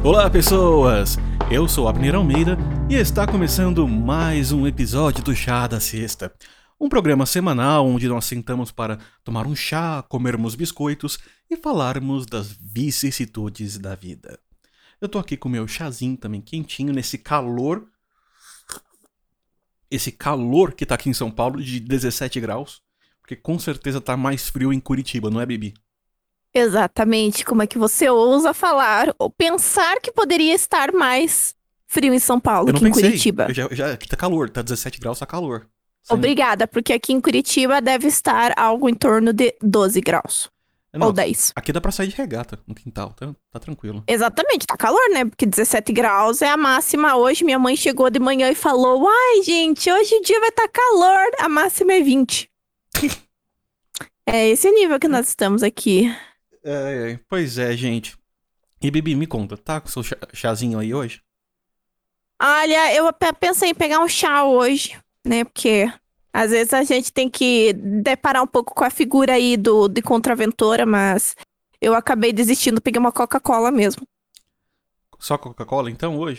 Olá, pessoas! Eu sou Abner Almeida e está começando mais um episódio do Chá da Sexta. Um programa semanal onde nós sentamos para tomar um chá, comermos biscoitos e falarmos das vicissitudes da vida. Eu tô aqui com o meu chazinho também quentinho nesse calor. Esse calor que tá aqui em São Paulo de 17 graus. Porque com certeza tá mais frio em Curitiba, não é, Bibi? Exatamente, como é que você ousa falar ou pensar que poderia estar mais frio em São Paulo Eu não que em pensei. Curitiba? Aqui tá calor, tá 17 graus, tá calor. Obrigada, porque aqui em Curitiba deve estar algo em torno de 12 graus. Não, Ou 10. aqui dá pra sair de regata no quintal, tá tranquilo. Exatamente, tá calor, né? Porque 17 graus é a máxima hoje. Minha mãe chegou de manhã e falou: Ai, gente, hoje o dia vai estar calor. A máxima é 20. É esse nível que nós estamos aqui. Pois é, gente. E Bibi, me conta, tá com seu chazinho aí hoje? Olha, eu até pensei em pegar um chá hoje, né? Porque às vezes a gente tem que deparar um pouco com a figura aí de contraventora, mas eu acabei desistindo, peguei uma Coca-Cola mesmo. Só Coca-Cola então hoje?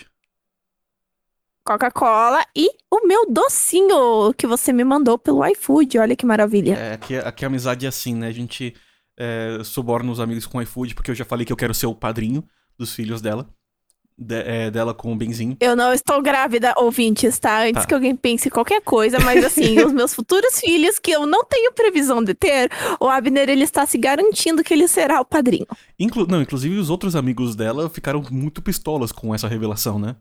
Coca-Cola e o meu docinho que você me mandou pelo iFood, olha que maravilha. Aqui a amizade é assim, né? A gente suborna os amigos com iFood, porque eu já falei que eu quero ser o padrinho dos filhos dela. Dela com o Benzinho. Eu não estou grávida, ouvintes, tá? Antes que alguém pense qualquer coisa, mas assim, os meus futuros filhos, que eu não tenho previsão de ter, o Abner, ele está se garantindo que ele será o padrinho. Inclusive os outros amigos dela ficaram muito pistolas com essa revelação, né?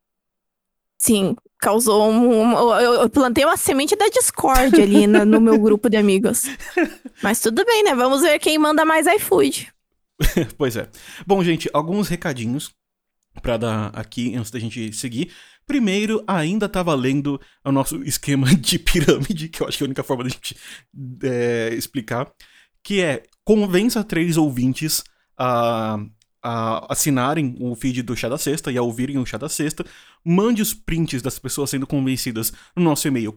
Sim, causou eu plantei uma semente da discórdia ali no meu grupo de amigos. Mas tudo bem, né? Vamos ver quem manda mais iFood. Pois é. Bom, gente, alguns recadinhos pra dar aqui antes da gente seguir. Primeiro, ainda tá valendo o nosso esquema de pirâmide, que eu acho que é a única forma da gente explicar, que é convença 3 ouvintes a assinarem o feed do Chá da Sexta e a ouvirem o Chá da Sexta. Mande os prints das pessoas sendo convencidas no nosso e-mail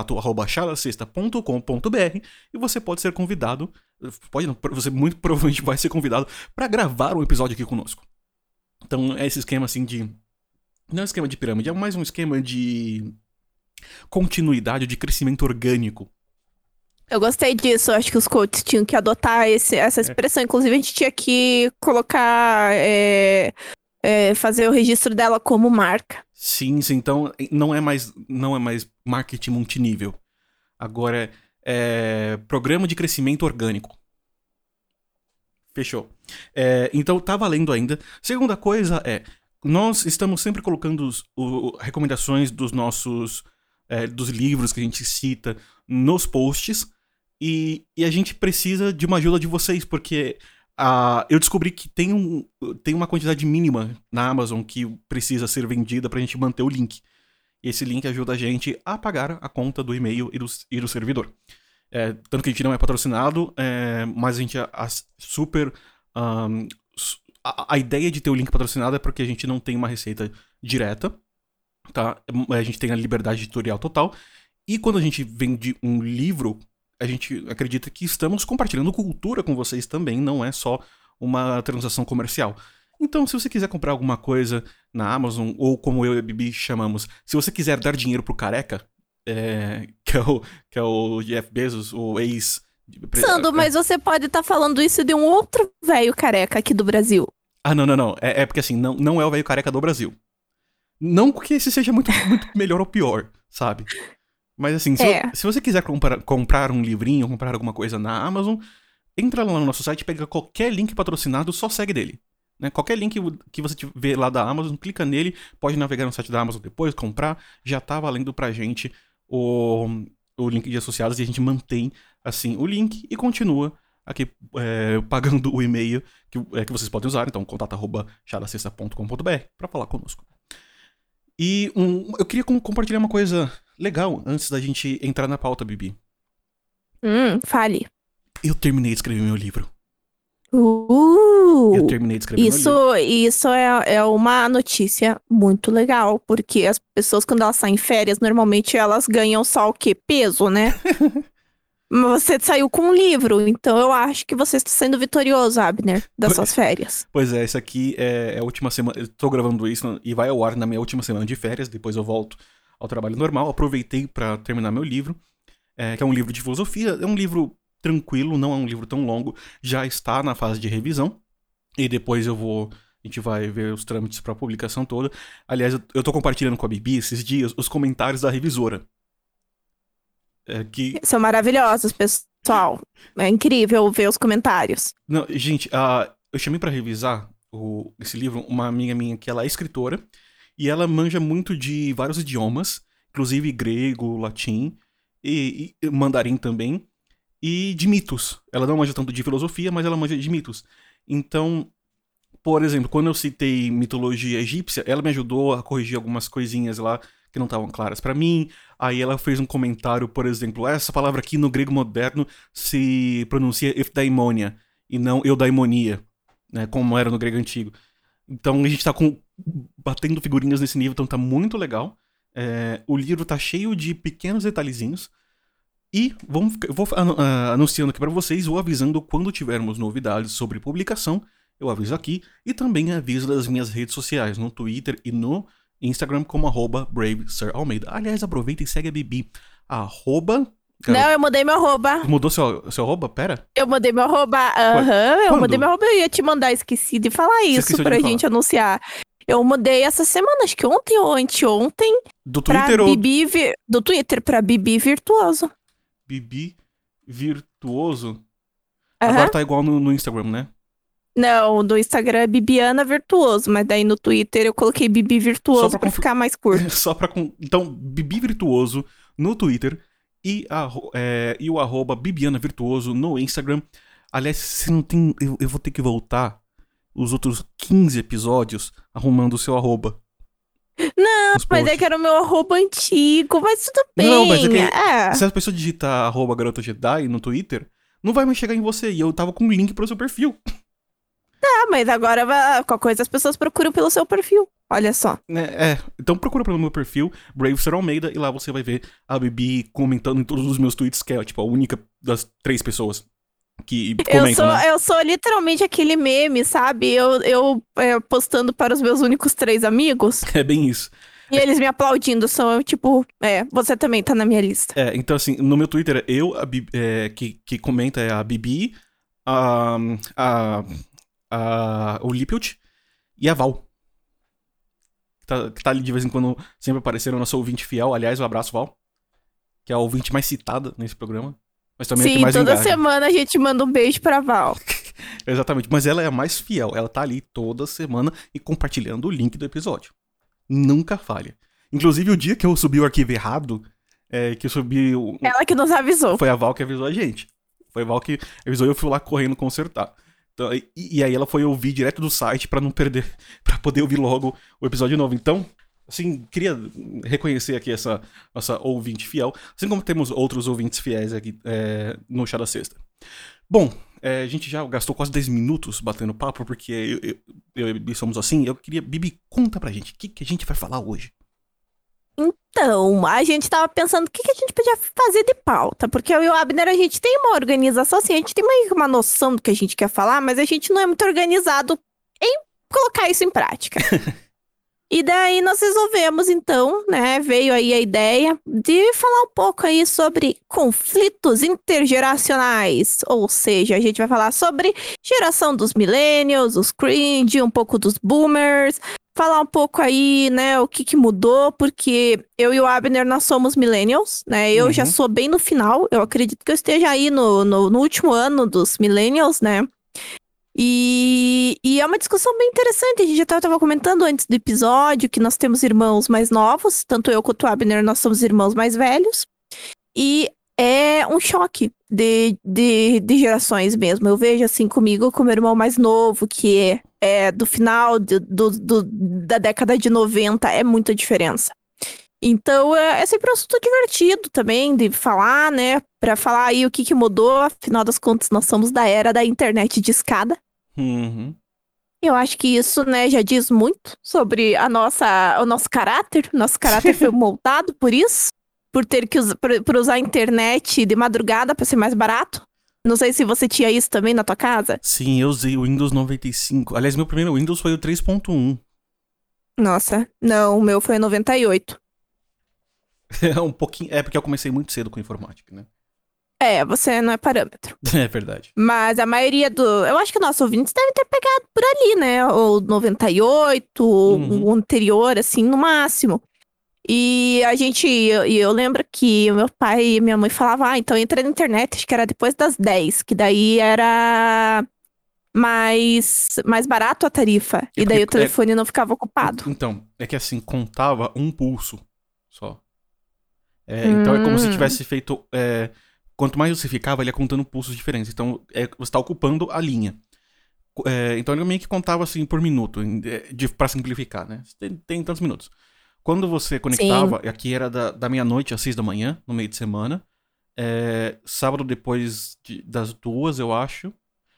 contato@chadacesta.com.br e você pode ser convidado, você muito provavelmente vai ser convidado para gravar um episódio aqui conosco. Então é esse esquema assim de... Não é um esquema de pirâmide, é mais um esquema de continuidade, de crescimento orgânico. Eu gostei disso, acho que os coaches tinham que adotar essa expressão. Inclusive, a gente tinha que colocar, fazer o registro dela como marca. Sim, então não é mais marketing multinível. Agora é programa de crescimento orgânico. Fechou. Então tá valendo ainda. Segunda coisa nós estamos sempre colocando recomendações dos nossos dos livros que a gente cita nos posts e a gente precisa de uma ajuda de vocês, porque eu descobri que tem uma quantidade mínima na Amazon que precisa ser vendida pra gente manter o link. E esse link ajuda a gente a pagar a conta do e-mail e do servidor. Tanto que a gente não é patrocinado, mas a gente super... a ideia de ter o link patrocinado é porque a gente não tem uma receita direta, tá? A gente tem a liberdade editorial total. E quando a gente vende um livro, a gente acredita que estamos compartilhando cultura com vocês também, não é só uma transação comercial. Então, se você quiser comprar alguma coisa na Amazon, ou como eu e a Bibi chamamos, se você quiser dar dinheiro pro careca, que é o Jeff Bezos, o ex... Sandro, mas você pode estar falando isso de um outro velho careca aqui do Brasil. Não. É porque assim, não é o velho careca do Brasil. Não que esse seja muito, muito melhor ou pior, sabe? Mas assim, se você quiser comprar um livrinho, comprar alguma coisa na Amazon, entra lá no nosso site, pega qualquer link patrocinado, só segue dele. Né? Qualquer link que você vê lá da Amazon, clica nele, pode navegar no site da Amazon depois, comprar, já tá valendo pra gente o link de associados e a gente mantém, assim, o link e continua aqui pagando o e-mail que vocês podem usar, então contato@chadacesta.com.br pra falar conosco. E eu queria compartilhar uma coisa legal antes da gente entrar na pauta, Bibi. Fale. Eu terminei de escrever meu livro. Eu terminei de escrever meu livro. Isso é uma notícia muito legal, porque as pessoas, quando elas saem em férias, normalmente elas ganham só o quê? Peso, né? Você saiu com um livro, então eu acho que você está sendo vitorioso, Abner, das suas férias. Pois é, isso aqui é a última semana. Eu tô gravando isso e vai ao ar na minha última semana de férias, depois eu volto ao trabalho normal. Aproveitei para terminar meu livro, que é um livro de filosofia. É um livro tranquilo, não é um livro tão longo, já está na fase de revisão. E depois a gente vai ver os trâmites para a publicação toda. Aliás, eu tô compartilhando com a Bibi esses dias os comentários da revisora. São maravilhosos, pessoal. É incrível ver os comentários. Não, gente, eu chamei pra revisar esse livro uma amiga minha que ela é escritora e ela manja muito de vários idiomas, inclusive grego, latim e mandarim também, e de mitos. Ela não manja tanto de filosofia, mas ela manja de mitos. Então, por exemplo, quando eu citei mitologia egípcia, ela me ajudou a corrigir algumas coisinhas lá que não estavam claras pra mim. Aí ela fez um comentário, por exemplo, essa palavra aqui no grego moderno se pronuncia eudaimonia e não eudaimonia, né, como era no grego antigo. Então a gente tá batendo figurinhas nesse nível, então tá muito legal. O livro tá cheio de pequenos detalhezinhos. E vou anunciando aqui pra vocês, vou avisando quando tivermos novidades sobre publicação. Eu aviso aqui e também aviso das minhas redes sociais, no Twitter e no Instagram como @BraveSirAlmeida. Aliás, aproveita e segue a Bibi. Não, eu mudei meu arroba. Mudou seu arroba? Pera. Eu mudei meu arroba. Eu mudei meu arroba. Eu ia te mandar, esqueci de falar isso pra gente anunciar. Eu mudei essa semana, acho que ontem ou anteontem. Do Twitter ou... Do Twitter pra Bibi Virtuoso. Bibi Virtuoso? Agora tá igual no Instagram, né? Não, do Instagram é Bibiana Virtuoso, mas daí no Twitter eu coloquei Bibi Virtuoso pra ficar mais curto. Então, Bibi Virtuoso no Twitter e o arroba Bibiana Virtuoso no Instagram. Aliás, você não tem... Eu vou ter que voltar os outros 15 episódios arrumando o seu arroba. Não, mas é que era o meu arroba antigo, mas tudo bem. Não, mas se a pessoa digitar arroba Garota Jedi no Twitter, não vai mais chegar em você. E eu tava com um link pro seu perfil. Tá, mas agora qualquer coisa as pessoas procuram pelo seu perfil. Olha só. Então procura pelo meu perfil, BraveSirAlmeida, e lá você vai ver a Bibi comentando em todos os meus tweets, que é tipo a única das 3 pessoas que comentam. Eu sou literalmente aquele meme, sabe? Eu postando para os meus únicos 3 amigos. É bem isso. E eles me aplaudindo, são tipo, você também tá na minha lista. Então assim, no meu Twitter, a Bibi, que comenta é a Bibi, o Lipiot e a Val. Que tá ali de vez em quando, sempre aparecendo, nosso ouvinte fiel. Aliás, um abraço, Val. Que é a ouvinte mais citada nesse programa. Mas também é a que mais toda engaja. Semana a gente manda um beijo pra Val. Exatamente, mas ela é a mais fiel. Ela tá ali toda semana e compartilhando o link do episódio. Nunca falha. Inclusive, o dia que eu subi o arquivo errado, que eu subi... Ela que nos avisou. Foi a Val que avisou a gente. Foi a Val que avisou e eu fui lá correndo consertar. Então, e aí ela foi ouvir direto do site pra não perder, pra poder ouvir logo o episódio novo. Então, assim, queria reconhecer aqui essa nossa ouvinte fiel, assim como temos outros ouvintes fiéis aqui no Chá da Sexta. Bom, a gente já gastou quase 10 minutos batendo papo, porque eu e a Bibi somos assim. Eu queria... Bibi, conta pra gente, o que a gente vai falar hoje? Então, a gente tava pensando o que a gente podia fazer de pauta, porque eu e o Abner, a gente tem uma organização, assim, a gente tem meio que uma noção do que a gente quer falar, mas a gente não é muito organizado em colocar isso em prática. E daí nós resolvemos, então, né, veio aí a ideia de falar um pouco aí sobre conflitos intergeracionais, ou seja, a gente vai falar sobre geração dos millennials, os cringe, um pouco dos boomers, falar um pouco aí, né, o que mudou, porque eu e o Abner, nós somos millennials, né, eu já sou bem no final, eu acredito que eu esteja aí no último ano dos millennials, né, e é uma discussão bem interessante, a gente já estava comentando antes do episódio que nós temos irmãos mais novos, tanto eu quanto o Abner, nós somos irmãos mais velhos, e é um choque de gerações mesmo. Eu vejo assim comigo, com o meu irmão mais novo, que é do final da década de 90, é muita diferença. Então é sempre um assunto divertido também de falar, né? Pra falar aí o que mudou, afinal das contas nós somos da era da internet de escada. Uhum. Eu acho que isso, né, já diz muito sobre o nosso caráter. Nosso caráter foi moldado por isso. por ter que por usar a internet de madrugada pra ser mais barato. Não sei se você tinha isso também na tua casa. Sim, eu usei o Windows 95. Aliás, meu primeiro Windows foi o 3.1. Nossa, não, o meu foi 98. É um pouquinho... É porque eu comecei muito cedo com informática, né? Você não é parâmetro. É verdade. Mas a maioria eu acho que nossos ouvintes devem ter pegado por ali, né? O 98, o anterior, assim, no máximo. E eu lembro que o meu pai e minha mãe falavam, então entra na internet, acho que era depois das 10, que daí era mais barato a tarifa. E daí o telefone não ficava ocupado. Então, é que assim, contava um pulso só. Então é como se tivesse feito... quanto mais você ficava, ele ia contando pulsos diferentes. Então, você tá ocupando a linha. Então ele meio que contava assim por minuto, pra simplificar, né? Tem tantos minutos. Quando você conectava, aqui era da meia-noite às 6 da manhã, no meio de semana. Sábado depois das 2, eu acho.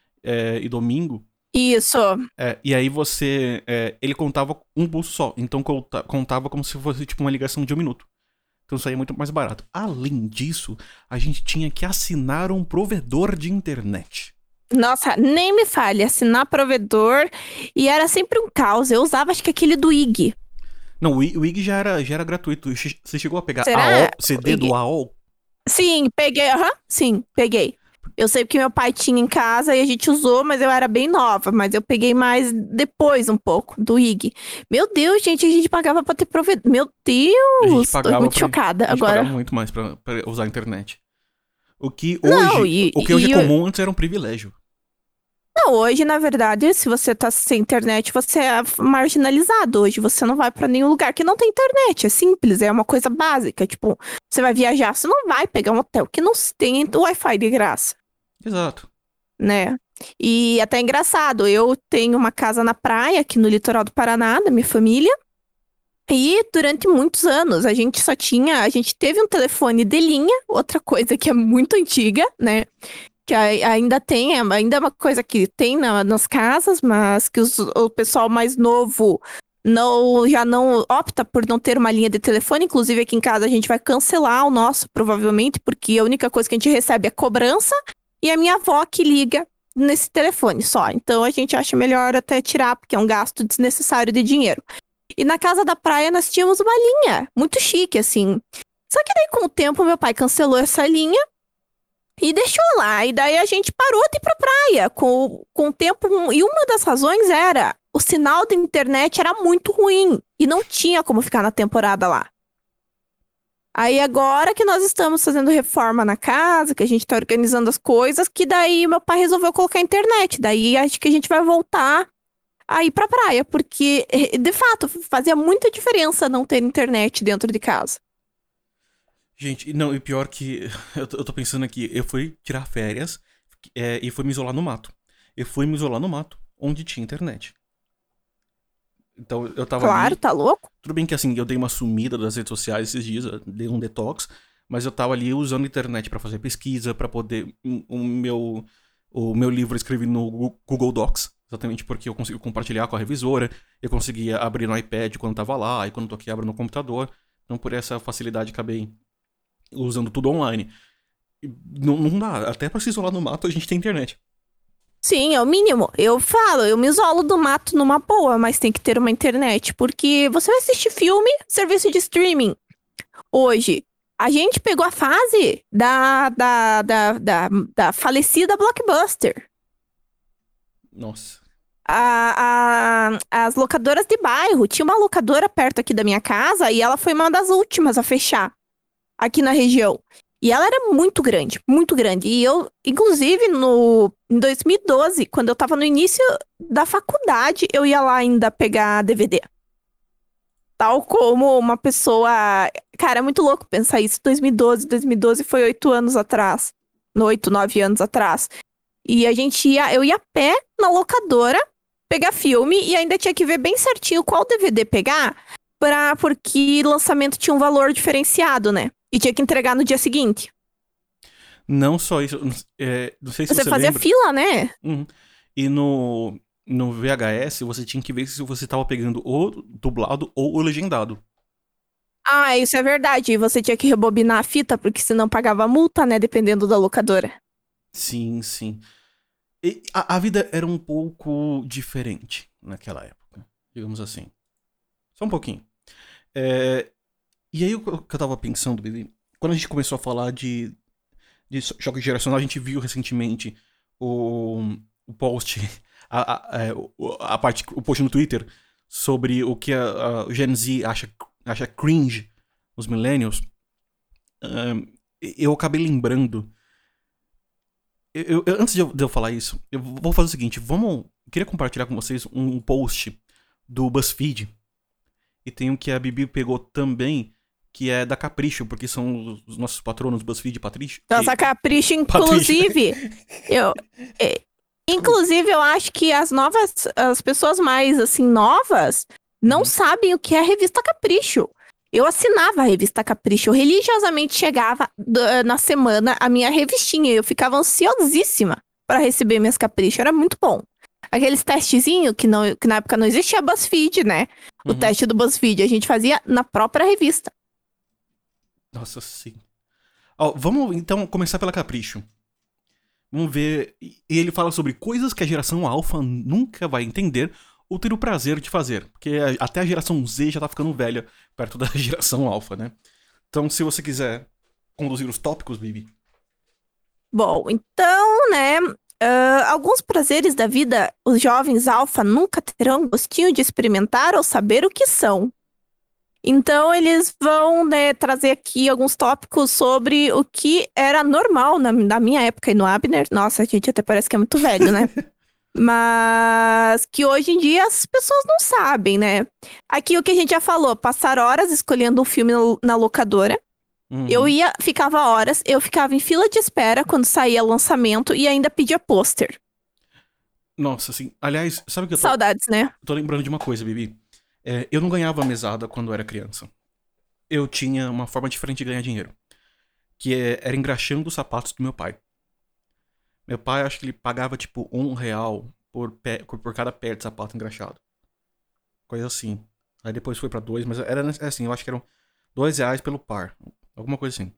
E domingo. Isso. E aí ele contava um pulso só. Então contava como se fosse tipo uma ligação de 1 minuto. Então saía muito mais barato. Além disso, a gente tinha que assinar um provedor de internet. Nossa, nem me fale, assinar provedor. E era sempre um caos. Eu usava, acho que aquele do IG. Não, o IG já era gratuito. Você chegou a pegar CD do AOL? Sim, peguei. Sim, peguei. Eu sei que meu pai tinha em casa e a gente usou, mas eu era bem nova. Mas eu peguei mais depois um pouco do IG. Meu Deus, gente, a gente pagava pra ter provedor. Meu Deus, tô muito chocada. A gente agora pagava muito mais pra usar a internet. O que hoje é comum, antes era um privilégio. Não, hoje, na verdade, se você tá sem internet, você é marginalizado. Hoje você não vai pra nenhum lugar que não tem internet. É simples, é uma coisa básica. Tipo, você vai viajar, você não vai pegar um hotel que não tem Wi-Fi de graça. Exato. Né? E até é engraçado, eu tenho uma casa na praia, aqui no litoral do Paraná, da minha família. E durante muitos anos, a gente teve um telefone de linha, outra coisa que é muito antiga, né? Que ainda é uma coisa que tem nas casas, mas que o pessoal mais novo já não opta por não ter uma linha de telefone. Inclusive aqui em casa a gente vai cancelar o nosso, provavelmente, porque a única coisa que a gente recebe é cobrança e a minha avó que liga nesse telefone só. Então a gente acha melhor até tirar, porque é um gasto desnecessário de dinheiro. E na casa da praia nós tínhamos uma linha, muito chique, assim. Só que daí com o tempo meu pai cancelou essa linha e deixou lá, e daí a gente parou de ir pra praia com o tempo. E uma das razões era, o sinal da internet era muito ruim, e não tinha como ficar na temporada lá. Aí agora que nós estamos fazendo reforma na casa, que a gente tá organizando as coisas, que daí meu pai resolveu colocar internet. Daí acho que a gente vai voltar a ir pra praia, porque, de fato, fazia muita diferença não ter internet dentro de casa. Gente, não, e pior que eu tô pensando aqui, eu fui tirar férias e fui me isolar no mato. Eu fui me isolar no mato, onde tinha internet. Então eu tava Claro, tá louco? Tudo bem que assim, eu dei uma sumida das redes sociais esses dias, eu dei um detox, mas eu tava ali usando a internet pra fazer pesquisa, pra poder... O meu livro eu escrevi no Google Docs, exatamente porque eu consigo compartilhar com a revisora, eu conseguia abrir no iPad quando tava lá, e quando tô aqui abro no computador. Então por essa facilidade acabei usando tudo online. Não dá. Até pra se isolar no mato a gente tem internet. Sim, é o mínimo. Eu me isolo do mato numa boa, mas tem que ter uma internet. Porque você vai assistir filme, serviço de streaming. Hoje, a gente pegou a fase da falecida Blockbuster. Nossa. As locadoras de bairro. Tinha uma locadora perto aqui da minha casa e ela foi uma das últimas a fechar aqui na região. E ela era muito grande, muito grande. E eu, inclusive, em 2012, quando eu tava no início da faculdade, eu ia lá ainda pegar DVD. Tal como uma pessoa... Cara, é muito louco pensar isso. 2012 foi 8 anos atrás. 8, 9 anos atrás. E eu ia a pé na locadora pegar filme e ainda tinha que ver bem certinho qual DVD pegar, porque lançamento tinha um valor diferenciado, né? E tinha que entregar no dia seguinte. Não só isso. Não sei se você fazia lembra. Fila, né? Uhum. E no VHS, você tinha que ver se você tava pegando ou dublado ou o legendado. Ah, isso é verdade. E você tinha que rebobinar a fita, porque senão pagava multa, né? Dependendo da locadora. Sim, sim. E a vida era um pouco diferente naquela época, digamos assim. Só um pouquinho. E aí o que eu tava pensando, Billy, quando a gente começou a falar de choque geracional, a gente viu recentemente o post, o post no Twitter sobre o que a Gen Z acha cringe, os millennials. Eu acabei lembrando. Antes de eu falar isso, eu vou fazer o seguinte: eu queria compartilhar com vocês um post do BuzzFeed. E tem um que a Bibi pegou também, que é da Capricho, porque são os nossos patronos BuzzFeed e Patrício. Nossa, Capricho, inclusive, inclusive, eu acho que as pessoas mais, assim, novas, não sabem o que é a revista Capricho. Eu assinava a revista Capricho, eu religiosamente chegava na semana a minha revistinha, eu ficava ansiosíssima para receber minhas Capricho, era muito bom. Aqueles testezinhos que na época não existia BuzzFeed, né? O teste do BuzzFeed a gente fazia na própria revista. Nossa, sim. Vamos então começar pela Capricho. Vamos ver. E ele fala sobre coisas que a geração alfa nunca vai entender ou ter o prazer de fazer. Porque até a geração Z já tá ficando velha perto da geração alfa, né? Então, se você quiser conduzir os tópicos, Bibi. Bom, então, né? Alguns prazeres da vida, os jovens alfa nunca terão gostinho de experimentar ou saber o que são. Então, eles vão, né, trazer aqui alguns tópicos sobre o que era normal na minha época e no Abner. Nossa, a gente até parece que é muito velho, né? Mas que hoje em dia as pessoas não sabem, né? Aqui o que a gente já falou, passar horas escolhendo um filme na locadora. Ficava horas, eu ficava em fila de espera quando saía lançamento e ainda pedia pôster. Nossa, assim, aliás, sabe o que eu tô... Saudades, né? Tô lembrando de uma coisa, Bibi. Eu não ganhava mesada quando eu era criança. Eu tinha uma forma diferente de ganhar dinheiro. Que era engraxando os sapatos do meu pai. Meu pai, acho que ele pagava, tipo, R$1 por cada pé de sapato engraxado. Coisa assim. Aí depois foi pra 2, mas era assim, eu acho que eram R$2 pelo par. Alguma coisa assim.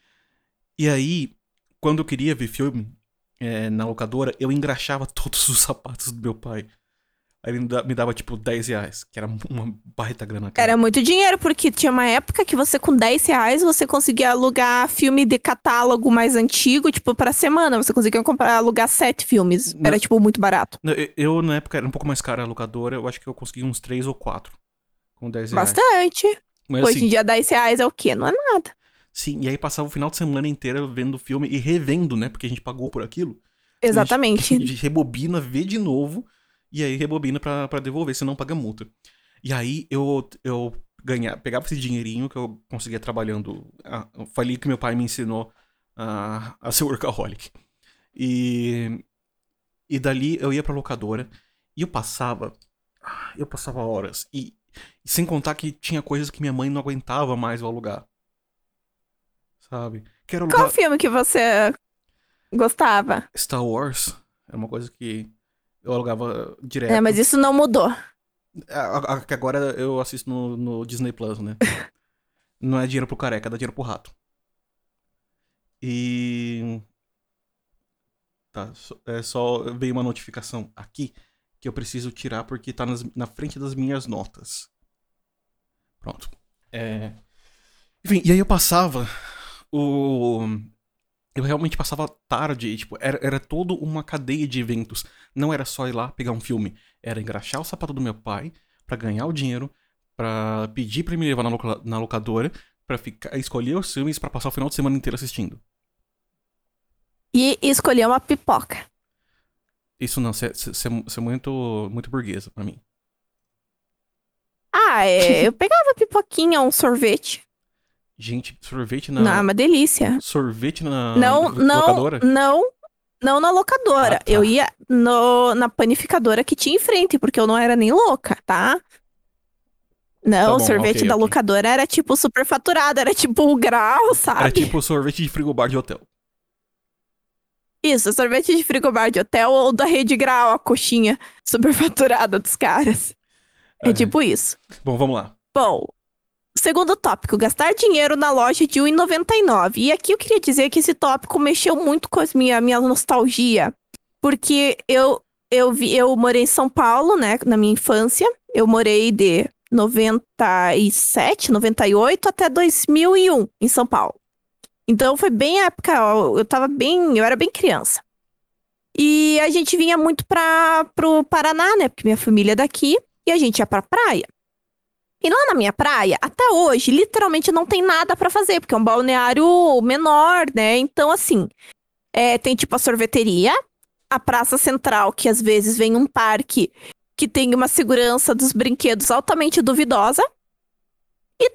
E aí, quando eu queria ver filme na locadora, eu engraxava todos os sapatos do meu pai. Aí ele me dava, tipo, R$10, que era uma baita grana. Cara. Era muito dinheiro, porque tinha uma época que você, com R$10, você conseguia alugar filme de catálogo mais antigo, tipo, pra semana. Você conseguia alugar 7 filmes. Era, tipo, muito barato. Eu, na época, era um pouco mais caro a locadora. Eu acho que eu consegui uns 3 ou 4 com R$10. Bastante. Mas, hoje em dia, R$10 é o quê? Não é nada. Sim, e aí passava o final de semana inteiro vendo o filme e revendo, né? Porque a gente pagou por aquilo. Exatamente. A gente rebobina, vê de novo, e aí rebobina pra devolver, senão paga multa. E aí eu pegava esse dinheirinho que eu conseguia trabalhando. Foi ali que meu pai me ensinou a ser workaholic. E dali eu ia pra locadora e eu passava horas. E sem contar que tinha coisas que minha mãe não aguentava mais eu alugar. Sabe? Qual filme que você gostava? Star Wars. Era uma coisa que eu alugava direto. Mas isso não mudou. Agora eu assisto no Disney Plus, né? Não é dinheiro pro careca, dá dinheiro pro rato. E... Tá, só veio uma notificação aqui que eu preciso tirar porque tá na frente das minhas notas. Pronto. Enfim, e aí eu passava... Eu realmente passava tarde, e, tipo, era toda uma cadeia de eventos. Não era só ir lá pegar um filme. Era engraxar o sapato do meu pai pra ganhar o dinheiro, pra pedir pra ele me levar na locadora, pra escolher os filmes pra passar o final de semana inteiro assistindo. E escolher uma pipoca. Isso não, você é muito, muito burguesa pra mim. Eu pegava pipoquinha, um sorvete. Gente, sorvete Não, é uma delícia. Sorvete na locadora? Não na locadora. Tá. Eu ia na panificadora que tinha em frente, porque eu não era nem louca, tá? Não, o sorvete da locadora era tipo super faturado, era tipo o grau, sabe? Era tipo sorvete de frigobar de hotel. Isso, sorvete de frigobar de hotel ou da Rede Grau, a coxinha super faturada dos caras. É tipo isso. Bom, vamos lá. Bom, Segundo tópico, gastar dinheiro na loja de R$1,99. E aqui eu queria dizer que esse tópico mexeu muito com a minha nostalgia. Porque eu morei em São Paulo, né, na minha infância. Eu morei de 97, 98 até 2001 em São Paulo. Então foi bem a época, eu era bem criança. E a gente vinha muito pro Paraná, né, porque minha família é daqui. E a gente ia pra praia. E lá na minha praia, até hoje, literalmente não tem nada pra fazer, porque é um balneário menor, né? Então, assim, tem tipo a sorveteria, a praça central, que às vezes vem um parque que tem uma segurança dos brinquedos altamente duvidosa. E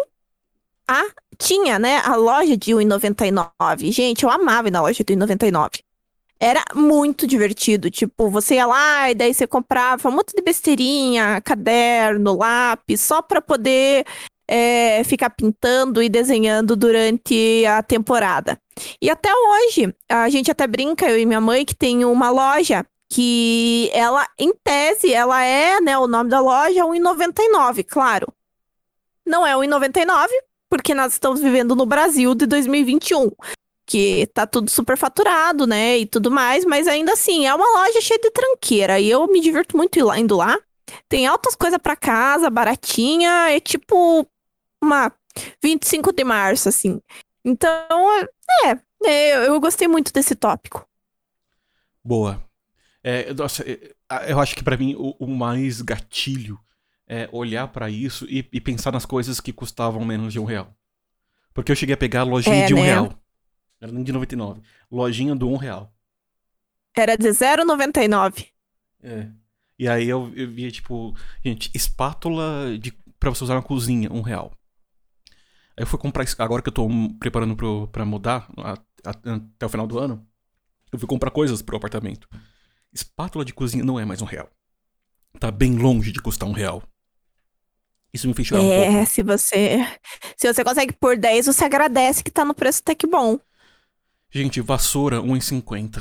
tinha, né, a loja de R$1,99. Gente, eu amava ir na loja de R$1,99. Era muito divertido, tipo, você ia lá e daí você comprava um monte de besteirinha, caderno, lápis, só pra poder ficar pintando e desenhando durante a temporada. E até hoje, a gente até brinca, eu e minha mãe, que tem uma loja que ela, em tese, ela é, né, o nome da loja é R$1,99, claro. Não é R$1,99, porque nós estamos vivendo no Brasil de 2021. Que tá tudo super faturado, né, e tudo mais, mas ainda assim, é uma loja cheia de tranqueira, e eu me divirto muito indo lá. Tem altas coisas pra casa, baratinha, é tipo uma 25 de março, assim. Então, eu gostei muito desse tópico. Boa. Nossa, eu acho que pra mim o mais gatilho é olhar pra isso e pensar nas coisas que custavam menos de R$1. Porque eu cheguei a pegar a lojinha de R$1. Era nem de 99. Lojinha do R$1. Era de 0,99. E aí eu via, tipo, gente, espátula pra você usar na cozinha, R$1. Aí eu fui comprar, agora que eu tô preparando pra mudar, até o final do ano, eu fui comprar coisas pro apartamento. Espátula de cozinha não é mais R$1. Tá bem longe de custar R$1. Isso me fez chorar um pouco. Se você consegue por 10, você agradece que tá no preço até que bom. Gente, vassoura, R$1,50.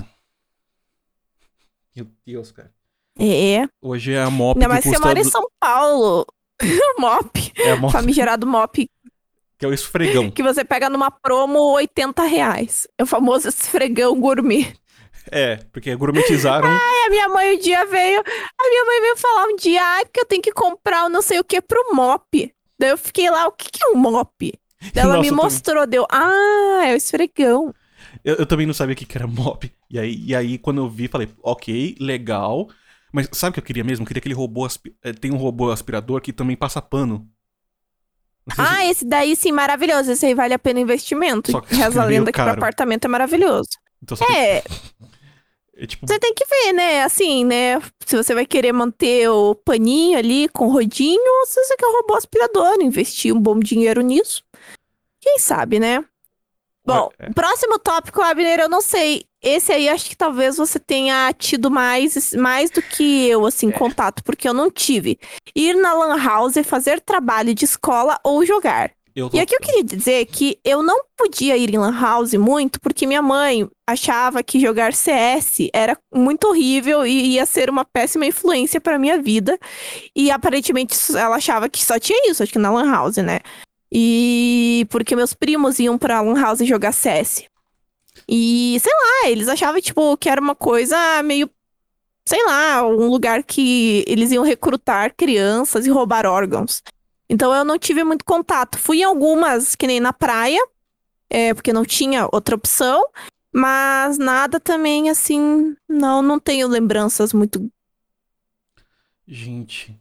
Meu Deus, cara. Hoje é a mop Ainda mais que você mora em São Paulo. Mop. Mop. Famigerado mop. Que é o esfregão. Que você pega numa promo R$80. É o famoso esfregão gourmet. Porque gourmetizaram. A minha mãe veio falar um dia, porque eu tenho que comprar o não sei o que pro mop. Daí eu fiquei lá, o que é um mop? Daí ela me mostrou, é o esfregão. Eu também não sabia o que era mop. E aí, quando eu vi, falei, ok, legal. Mas sabe o que eu queria mesmo? Eu queria aquele robô. Tem um robô aspirador que também passa pano. Esse daí sim, maravilhoso. Esse aí vale a pena o investimento. Só que Reza a lenda que pro apartamento é maravilhoso. Então, tipo... Você tem que ver, né? Assim, né? Se você vai querer manter o paninho ali com o rodinho, ou se você quer um robô aspirador, investir um bom dinheiro nisso. Quem sabe, né? Bom, o próximo tópico, Abner, eu não sei. Esse aí acho que talvez você tenha tido mais do que eu, assim, contato, porque eu não tive. Ir na Lan House, fazer trabalho de escola ou jogar. E aqui eu queria dizer que eu não podia ir em Lan House muito, porque minha mãe achava que jogar CS era muito horrível e ia ser uma péssima influência pra minha vida. E aparentemente ela achava que só tinha isso, acho que na Lan House, né? E porque meus primos iam pra Lan House jogar CS. E, sei lá, eles achavam, tipo, que era uma coisa meio, sei lá, um lugar que eles iam recrutar crianças e roubar órgãos. Então eu não tive muito contato. Fui em algumas, que nem na praia, porque não tinha outra opção. Mas nada também, assim, não tenho lembranças muito... Gente...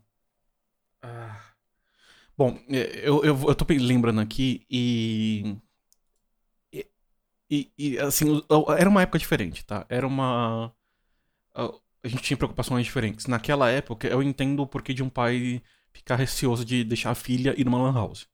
Bom, eu tô lembrando aqui e assim, era uma época diferente, tá? A gente tinha preocupações diferentes. Naquela época, eu entendo o porquê de um pai ficar receoso de deixar a filha ir numa lan house.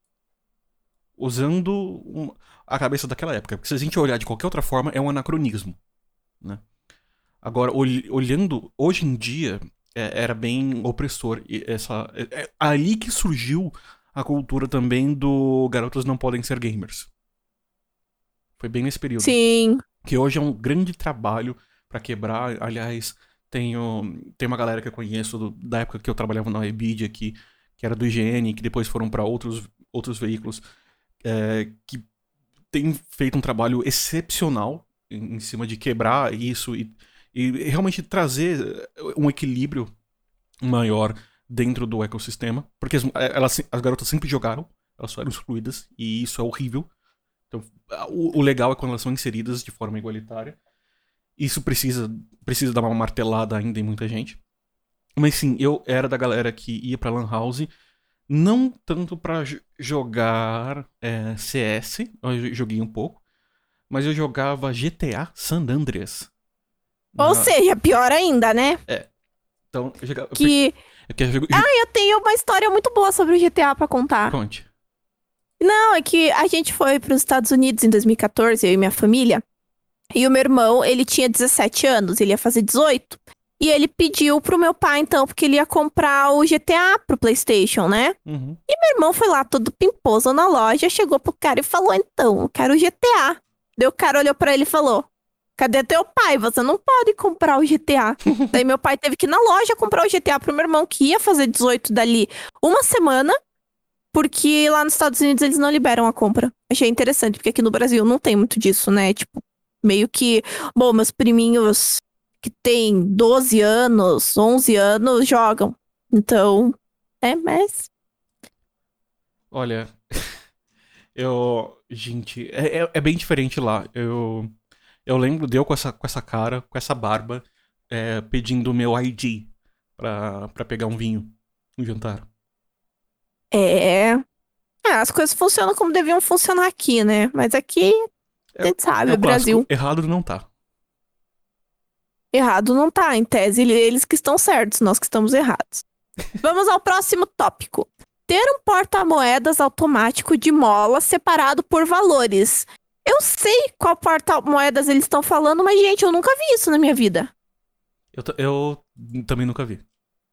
Usando a cabeça daquela época. Porque se a gente olhar de qualquer outra forma, é um anacronismo, né? Agora, olhando hoje em dia... era bem opressor. Ali que surgiu a cultura também do garotos não podem ser gamers. Foi bem nesse período. Sim. Que hoje é um grande trabalho pra quebrar. Aliás, tem uma galera que eu conheço da época que eu trabalhava na Webedia aqui, que era do IGN, que depois foram pra outros outros veículos que têm feito um trabalho excepcional em cima de quebrar isso e realmente trazer um equilíbrio maior dentro do ecossistema. Porque as garotas sempre jogaram, elas só eram excluídas, e isso é horrível. Então, o legal é quando elas são inseridas de forma igualitária. Isso precisa dar uma martelada ainda em muita gente. Mas sim, eu era da galera que ia pra Lan House, não tanto pra jogar CS, eu joguei um pouco, mas eu jogava GTA San Andreas. Ou seja, pior ainda, né? Então, eu jogava... eu tenho uma história muito boa sobre o GTA pra contar. Conte. Não, é que a gente foi pros Estados Unidos em 2014, eu e minha família. E o meu irmão, ele tinha 17 anos, ele ia fazer 18. E ele pediu pro meu pai, então, porque ele ia comprar o GTA pro PlayStation, né? Uhum. E meu irmão foi lá todo pimposo na loja, chegou pro cara e falou, então, eu quero o GTA. Daí o cara olhou pra ele e falou, cadê teu pai? Você não pode comprar o GTA. Daí meu pai teve que ir na loja comprar o GTA pro meu irmão, que ia fazer 18 dali uma semana, porque lá nos Estados Unidos eles não liberam a compra. Achei interessante, porque aqui no Brasil não tem muito disso, né? Tipo, meio que, bom, meus priminhos que têm 12 anos, 11 anos, jogam. Então, mas... Olha, gente, é bem diferente lá. Eu lembro de eu com essa cara, com essa barba, pedindo meu ID pra pegar um vinho, um jantar. As coisas funcionam como deviam funcionar aqui, né? Mas aqui, a gente sabe, o Brasil... Errado não tá. Errado não tá, em tese, eles que estão certos, nós que estamos errados. Vamos ao próximo tópico. Ter um porta-moedas automático de mola separado por valores. Eu sei qual porta-moedas eles estão falando, mas, gente, eu nunca vi isso na minha vida. Eu também nunca vi.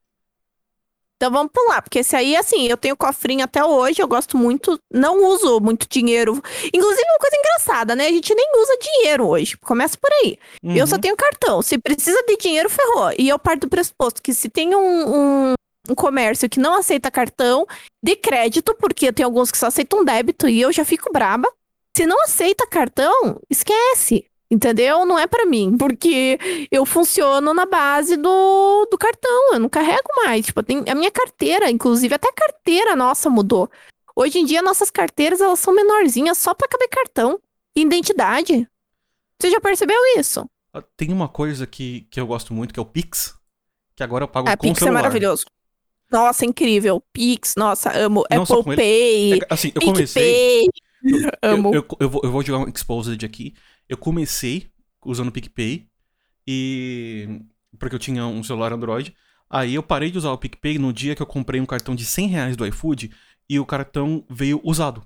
Então vamos pular, porque esse aí, assim, eu tenho cofrinho até hoje, eu gosto muito, não uso muito dinheiro. Inclusive, uma coisa engraçada, né? A gente nem usa dinheiro hoje, começa por aí. Uhum. Eu só tenho cartão, se precisa de dinheiro, ferrou. E eu parto do pressuposto que se tem um comércio que não aceita cartão de crédito, porque tem alguns que só aceitam débito e eu já fico braba. Se não aceita cartão, esquece. Entendeu? Não é pra mim, porque eu funciono na base do cartão, eu não carrego mais. Tipo, a minha carteira, inclusive, até a carteira nossa mudou. Hoje em dia, nossas carteiras, elas são menorzinhas só pra caber cartão e identidade. Você já percebeu isso? Tem uma coisa que eu gosto muito, que é o Pix, que agora eu pago com o Pix celular. É maravilhoso. Nossa, incrível. Pix, nossa, amo. Não Apple Pay, assim, eu comecei... amo. Eu vou jogar um exposed aqui. Eu comecei usando o PicPay, porque eu tinha um celular Android. Aí eu parei de usar o PicPay no dia que eu comprei um cartão de R$100 do iFood e o cartão veio usado.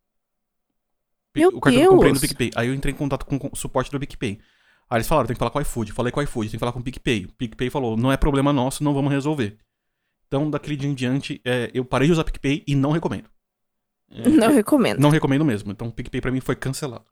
Meu o cartão Deus. que eu comprei no PicPay. Aí eu entrei em contato com o suporte do PicPay. Aí eles falaram, tem que falar com o iFood. Falei com o iFood, tem que falar com o PicPay. O PicPay falou, não é problema nosso, não vamos resolver. Então, daquele dia em diante, eu parei de usar PicPay e não recomendo. Não recomendo. Não recomendo mesmo. Então, o PicPay pra mim foi cancelado.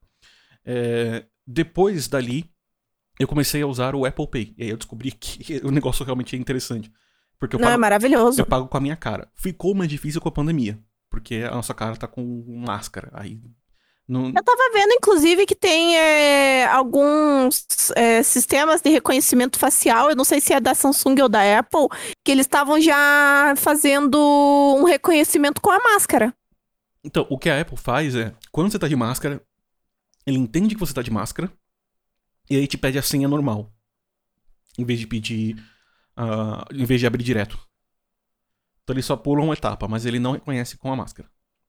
Depois dali, eu comecei a usar o Apple Pay. E aí eu descobri que o negócio realmente é interessante. Porque é maravilhoso. Eu pago com a minha cara. Ficou mais difícil com a pandemia. Porque a nossa cara tá com máscara. Aí... Eu tava vendo, inclusive, que tem alguns sistemas de reconhecimento facial, eu não sei se é da Samsung ou da Apple, que eles estavam já fazendo um reconhecimento com a máscara. Então, o que a Apple faz quando você tá de máscara, ele entende que você tá de máscara, e aí te pede a senha normal. Em vez de pedir... em vez de abrir direto. Então ele só pula uma etapa, mas ele não reconhece com a máscara.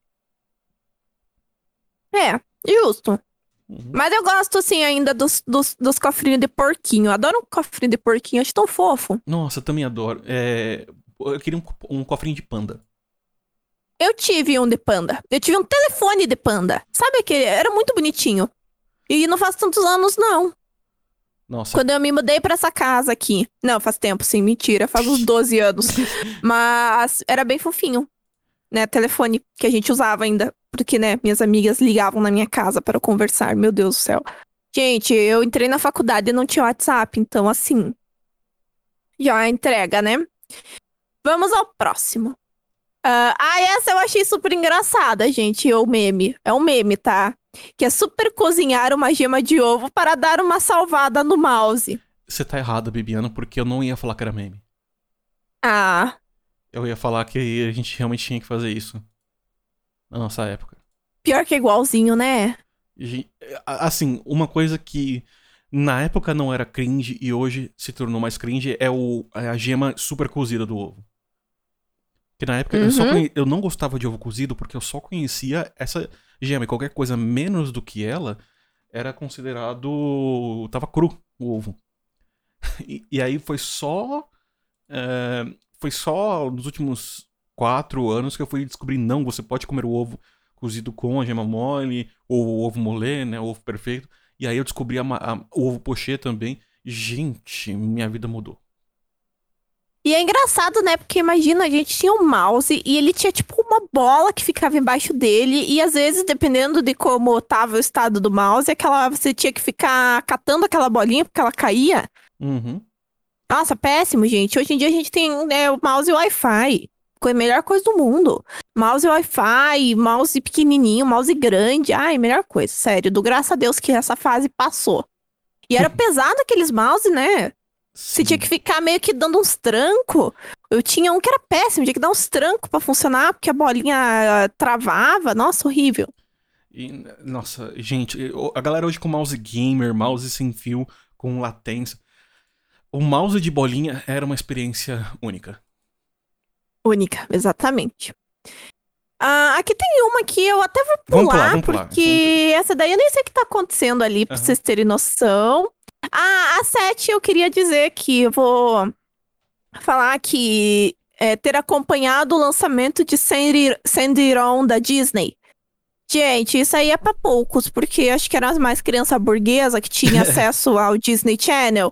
Justo. Uhum. Mas eu gosto, assim, ainda dos cofrinhos de porquinho. Eu adoro um cofrinho de porquinho, acho tão fofo. Nossa, eu também adoro. Eu queria um cofrinho de panda. Eu tive um de panda. Eu tive um telefone de panda. Sabe aquele? Era muito bonitinho. E não faz tantos anos, não. Nossa. Quando eu me mudei pra essa casa aqui. Não, faz tempo, sim, mentira. Faz uns 12 anos. Mas era bem fofinho. Né, telefone que a gente usava ainda, porque, né, minhas amigas ligavam na minha casa para conversar, meu Deus do céu. Gente, eu entrei na faculdade e não tinha WhatsApp, então, assim, já entrega, né? Vamos ao próximo. Essa eu achei super engraçada, gente, o meme. É um meme, tá? Que é super cozinhar uma gema de ovo para dar uma salvada no mouse. Você tá errada, Bibiana, porque eu não ia falar que era meme. Ah. Eu ia falar que a gente realmente tinha que fazer isso. Na nossa época. Pior que é igualzinho, né? Assim, uma coisa que na época não era cringe e hoje se tornou mais cringe é a gema super cozida do ovo. Que na época eu não gostava de ovo cozido porque eu só conhecia essa gema. E qualquer coisa menos do que ela era considerado... Tava cru o ovo. E aí foi só... Foi só nos últimos 4 anos que eu fui descobrir, não, você pode comer o ovo cozido com a gema mole, ou o ovo molê, né, o ovo perfeito. E aí eu descobri o ovo pochê também. Gente, minha vida mudou. E é engraçado, né? Porque imagina, a gente tinha um mouse e ele tinha tipo uma bola que ficava embaixo dele. E às vezes, dependendo de como tava o estado do mouse, você tinha que ficar catando aquela bolinha porque ela caía. Uhum. Nossa, péssimo, gente. Hoje em dia a gente tem o mouse e Wi-Fi. A melhor coisa do mundo. Mouse e Wi-Fi, mouse pequenininho, mouse grande. Ai, melhor coisa, sério. Do graças a Deus que essa fase passou. E era pesado aqueles mouse, né? Sim. Você tinha que ficar meio que dando uns trancos. Eu tinha um que era péssimo, tinha que dar uns trancos pra funcionar, porque a bolinha travava. Nossa, horrível. Nossa, gente, a galera hoje com mouse gamer, mouse sem fio, com latência. O mouse de bolinha era uma experiência única. Única, exatamente. Aqui tem uma que eu até vou pular, vamos porque essa daí eu nem sei o que tá acontecendo ali, pra vocês terem noção. A 7 eu queria dizer que eu vou falar que ter acompanhado o lançamento de Sandiron da Disney. Gente, isso aí é pra poucos, porque acho que eram as mais criança burguesa que tinha acesso ao Disney Channel.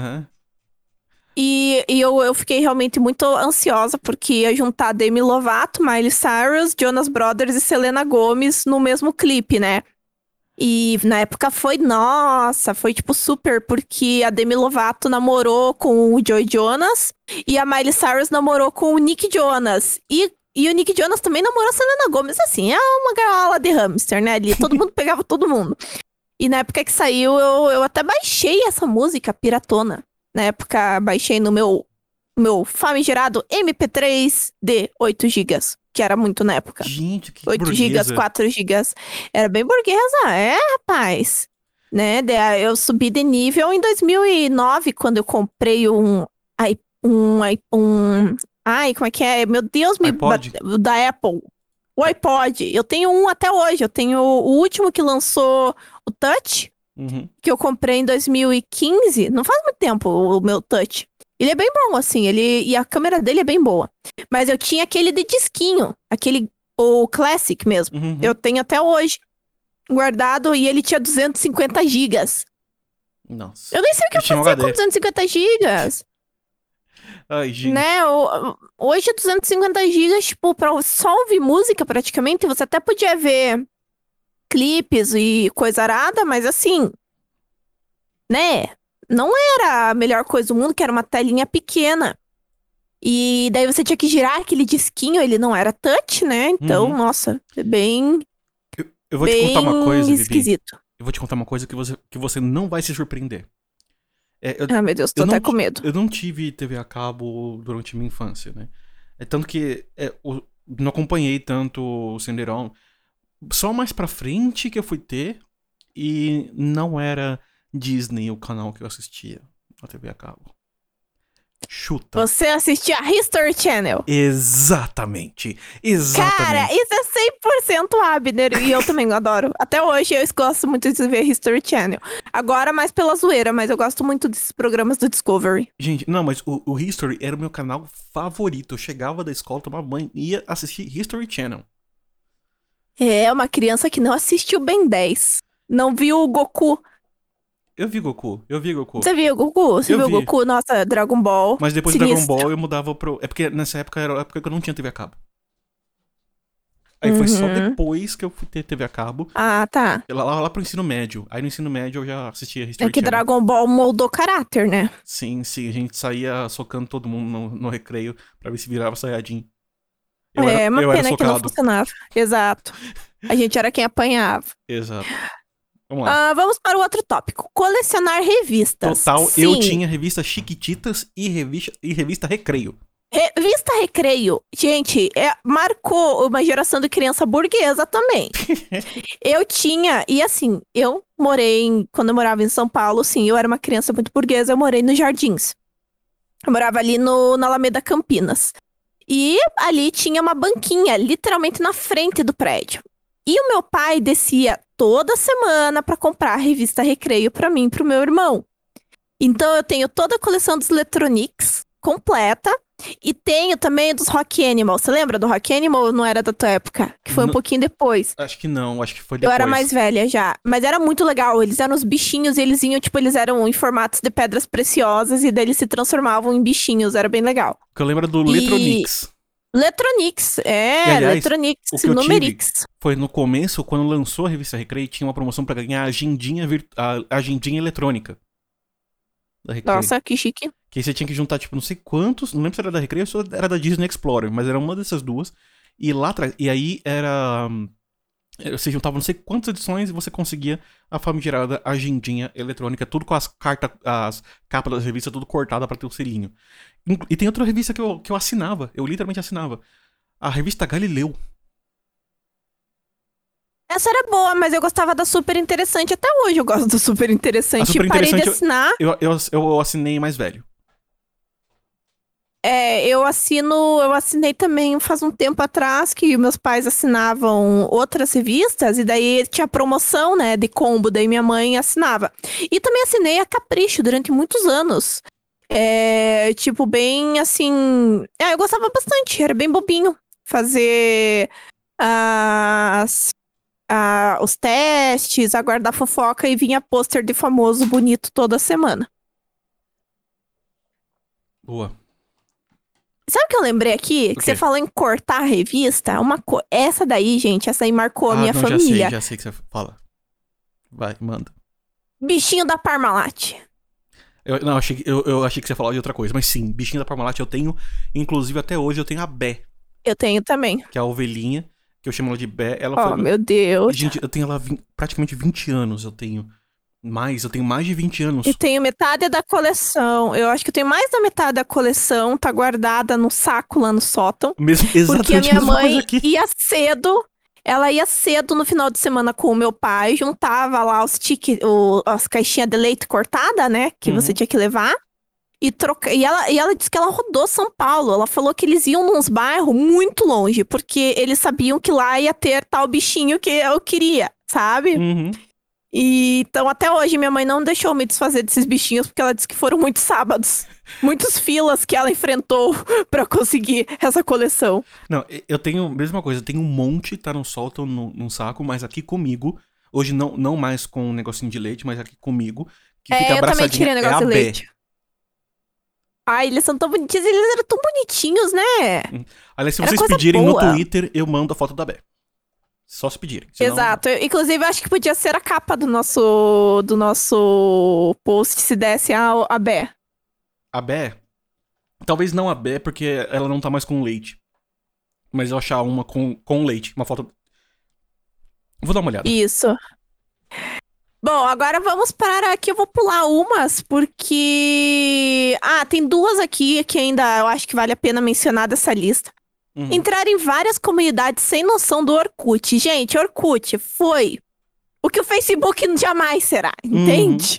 E eu fiquei realmente muito ansiosa, porque ia juntar Demi Lovato, Miley Cyrus, Jonas Brothers e Selena Gomez no mesmo clipe, né? E na época foi tipo super, porque a Demi Lovato namorou com o Joe Jonas e a Miley Cyrus namorou com o Nick Jonas. E o Nick Jonas também namorou a Selena Gomez, assim, é uma gaiola de hamster, né? Ali todo mundo pegava todo mundo. E na época que saiu, eu até baixei essa música piratona. Na época, baixei no meu famigerado MP3 de 8 GB, que era muito na época. Gente, que 8 GB, 4 GB. Era bem burguesa, rapaz. Né? Eu subi de nível em 2009, quando eu comprei ai, como é que é? Meu Deus, da Apple. O iPod. Eu tenho um até hoje. Eu tenho o último que lançou o Touch. Que eu comprei em 2015. Não faz muito tempo o meu Touch. Ele é bem bom, assim. E a câmera dele é bem boa. Mas eu tinha aquele de disquinho. O Classic mesmo. Eu tenho até hoje guardado. E ele tinha 250 gigas. Nossa. Eu nem sei o que eu fazia com 250 gigas. Ai, gente. Né? Hoje 250 gigas, tipo, pra só ouvir música praticamente. Você até podia ver clipes e coisa arada, mas assim, né? Não era a melhor coisa do mundo, que era uma telinha pequena. E daí você tinha que girar aquele disquinho, ele não era touch, né? Então, nossa, é bem... Eu vou te contar uma coisa, esquisito. Bibi. Eu vou te contar uma coisa que você não vai se surpreender. Meu Deus, tô até com medo. Eu não tive TV a cabo durante minha infância, né? Tanto que não acompanhei tanto o Cinderão. Só mais pra frente que eu fui ter. E não era Disney o canal que eu assistia na TV a cabo. Chuta. Você assistia a History Channel. Exatamente. Cara, isso é 100% Abner. E eu também adoro. Até hoje eu gosto muito de ver History Channel. Agora mais pela zoeira, mas eu gosto muito desses programas do Discovery. Gente, não, mas o History era o meu canal favorito. Eu chegava da escola, tomava banho e ia assistir History Channel. É, uma criança que não assistiu Ben 10. Não viu o Goku. Eu vi Goku. Você viu o Goku? Você viu o Goku? Nossa, Dragon Ball. Mas depois do Dragon Ball eu mudava pro... É porque nessa época era a época que eu não tinha TV a cabo. Aí foi só depois que eu fui ter TV a cabo. Ah, tá. Lá pro ensino médio. Aí no ensino médio eu já assistia History É que Channel. Dragon Ball moldou caráter, né? Sim. A gente saía socando todo mundo no recreio pra ver se virava Saiyajin. É uma pena que não funcionava. Exato. A gente era quem apanhava. Exato. Vamos lá. Vamos para o outro tópico. Colecionar revistas. Total, Sim. eu tinha revista Chiquititas e revista Recreio. Revista Recreio, gente, marcou uma geração de criança burguesa também. Eu tinha, e assim, quando eu morava em São Paulo, sim, eu era uma criança muito burguesa, eu morei nos Jardins. Eu morava ali na Alameda Campinas. E ali tinha uma banquinha, literalmente na frente do prédio. E o meu pai descia toda semana pra comprar a revista Recreio pra mim e pro meu irmão. Então eu tenho toda a coleção dos Electronics completa. E tenho também dos Rock Animal. Você lembra do Rock Animal ou não era da tua época? Que foi um pouquinho depois. Acho que não, acho que foi depois. Eu era mais velha já. Mas era muito legal. Eles eram os bichinhos e eles eram em formatos de pedras preciosas e daí eles se transformavam em bichinhos. Era bem legal. Que eu lembro do Electronics. Electronics, aliás, Electronics, Numerix. Foi no começo, quando lançou a revista Recreio, tinha uma promoção pra ganhar a agendinha eletrônica. Nossa, que chique. Que aí você tinha que juntar, tipo, não sei quantos, não lembro se era da Recreio ou se era da Disney Explorer, mas era uma dessas duas. E lá atrás, e aí você juntava não sei quantas edições e você conseguia a famigerada agendinha eletrônica, tudo com as capas das revistas, tudo cortada pra ter o selinho. E tem outra revista que eu assinava, eu literalmente assinava. A revista Galileu. Essa era boa, mas eu gostava da Super Interessante. Até hoje eu gosto do Super Interessante. Super Parei Interessante, de assinar. Eu assinei mais velho. Eu assinei também faz um tempo atrás, que meus pais assinavam outras revistas, e daí tinha promoção, né, de combo, daí minha mãe assinava. E também assinei a Capricho durante muitos anos. Tipo, bem assim... eu gostava bastante, era bem bobinho fazer os testes, aguardar fofoca e vinha pôster de famoso bonito toda semana. Boa. Sabe o que eu lembrei aqui? Que você falou em cortar a revista. Essa daí, gente, essa aí marcou a minha família. Já sei que você fala. Vai, manda. Bichinho da Parmalat. Eu achei que você ia falar de outra coisa. Mas sim, bichinho da Parmalat eu tenho. Inclusive, até hoje eu tenho a Bé. Eu tenho também. Que é a ovelhinha, que eu chamo ela de Bé. Meu Deus. Gente, eu tenho ela praticamente 20 anos. Eu tenho mais de 20 anos. Eu tenho metade da coleção. Eu acho que eu tenho mais da metade da coleção. Tá guardada no saco lá no sótão. Exatamente. Porque a minha mãe ia cedo. Ela ia cedo no final de semana com o meu pai. Juntava lá as caixinhas de leite cortada, né? Que você tinha que levar. E ela disse que ela rodou São Paulo. Ela falou que eles iam nos bairros muito longe. Porque eles sabiam que lá ia ter tal bichinho que eu queria, sabe? Uhum. E então até hoje minha mãe não deixou me desfazer desses bichinhos, porque ela disse que foram muitos sábados, muitos filas que ela enfrentou pra conseguir essa coleção. Não, eu tenho a mesma coisa, eu tenho um monte, tá no sótão, num saco, mas aqui comigo, hoje não mais com um negocinho de leite, mas aqui comigo, que fica abraçadinha, eu também tirei negócio de leite. Ai, eles são tão bonitinhos, eles eram tão bonitinhos, né? Aliás, se vocês pedirem no Twitter, eu mando a foto da Bé. Só se pedirem. Senão... Exato. Inclusive, eu acho que podia ser a capa do nosso post se desse a Bé. A Bé? Talvez não a Bé, porque ela não tá mais com leite. Mas eu achar uma com leite. Uma foto... Vou dar uma olhada. Isso. Bom, agora vamos para aqui. Eu vou pular umas, porque... tem duas aqui que ainda eu acho que vale a pena mencionar dessa lista. Entrar em várias comunidades sem noção do Orkut. Gente, Orkut foi o que o Facebook jamais será, entende?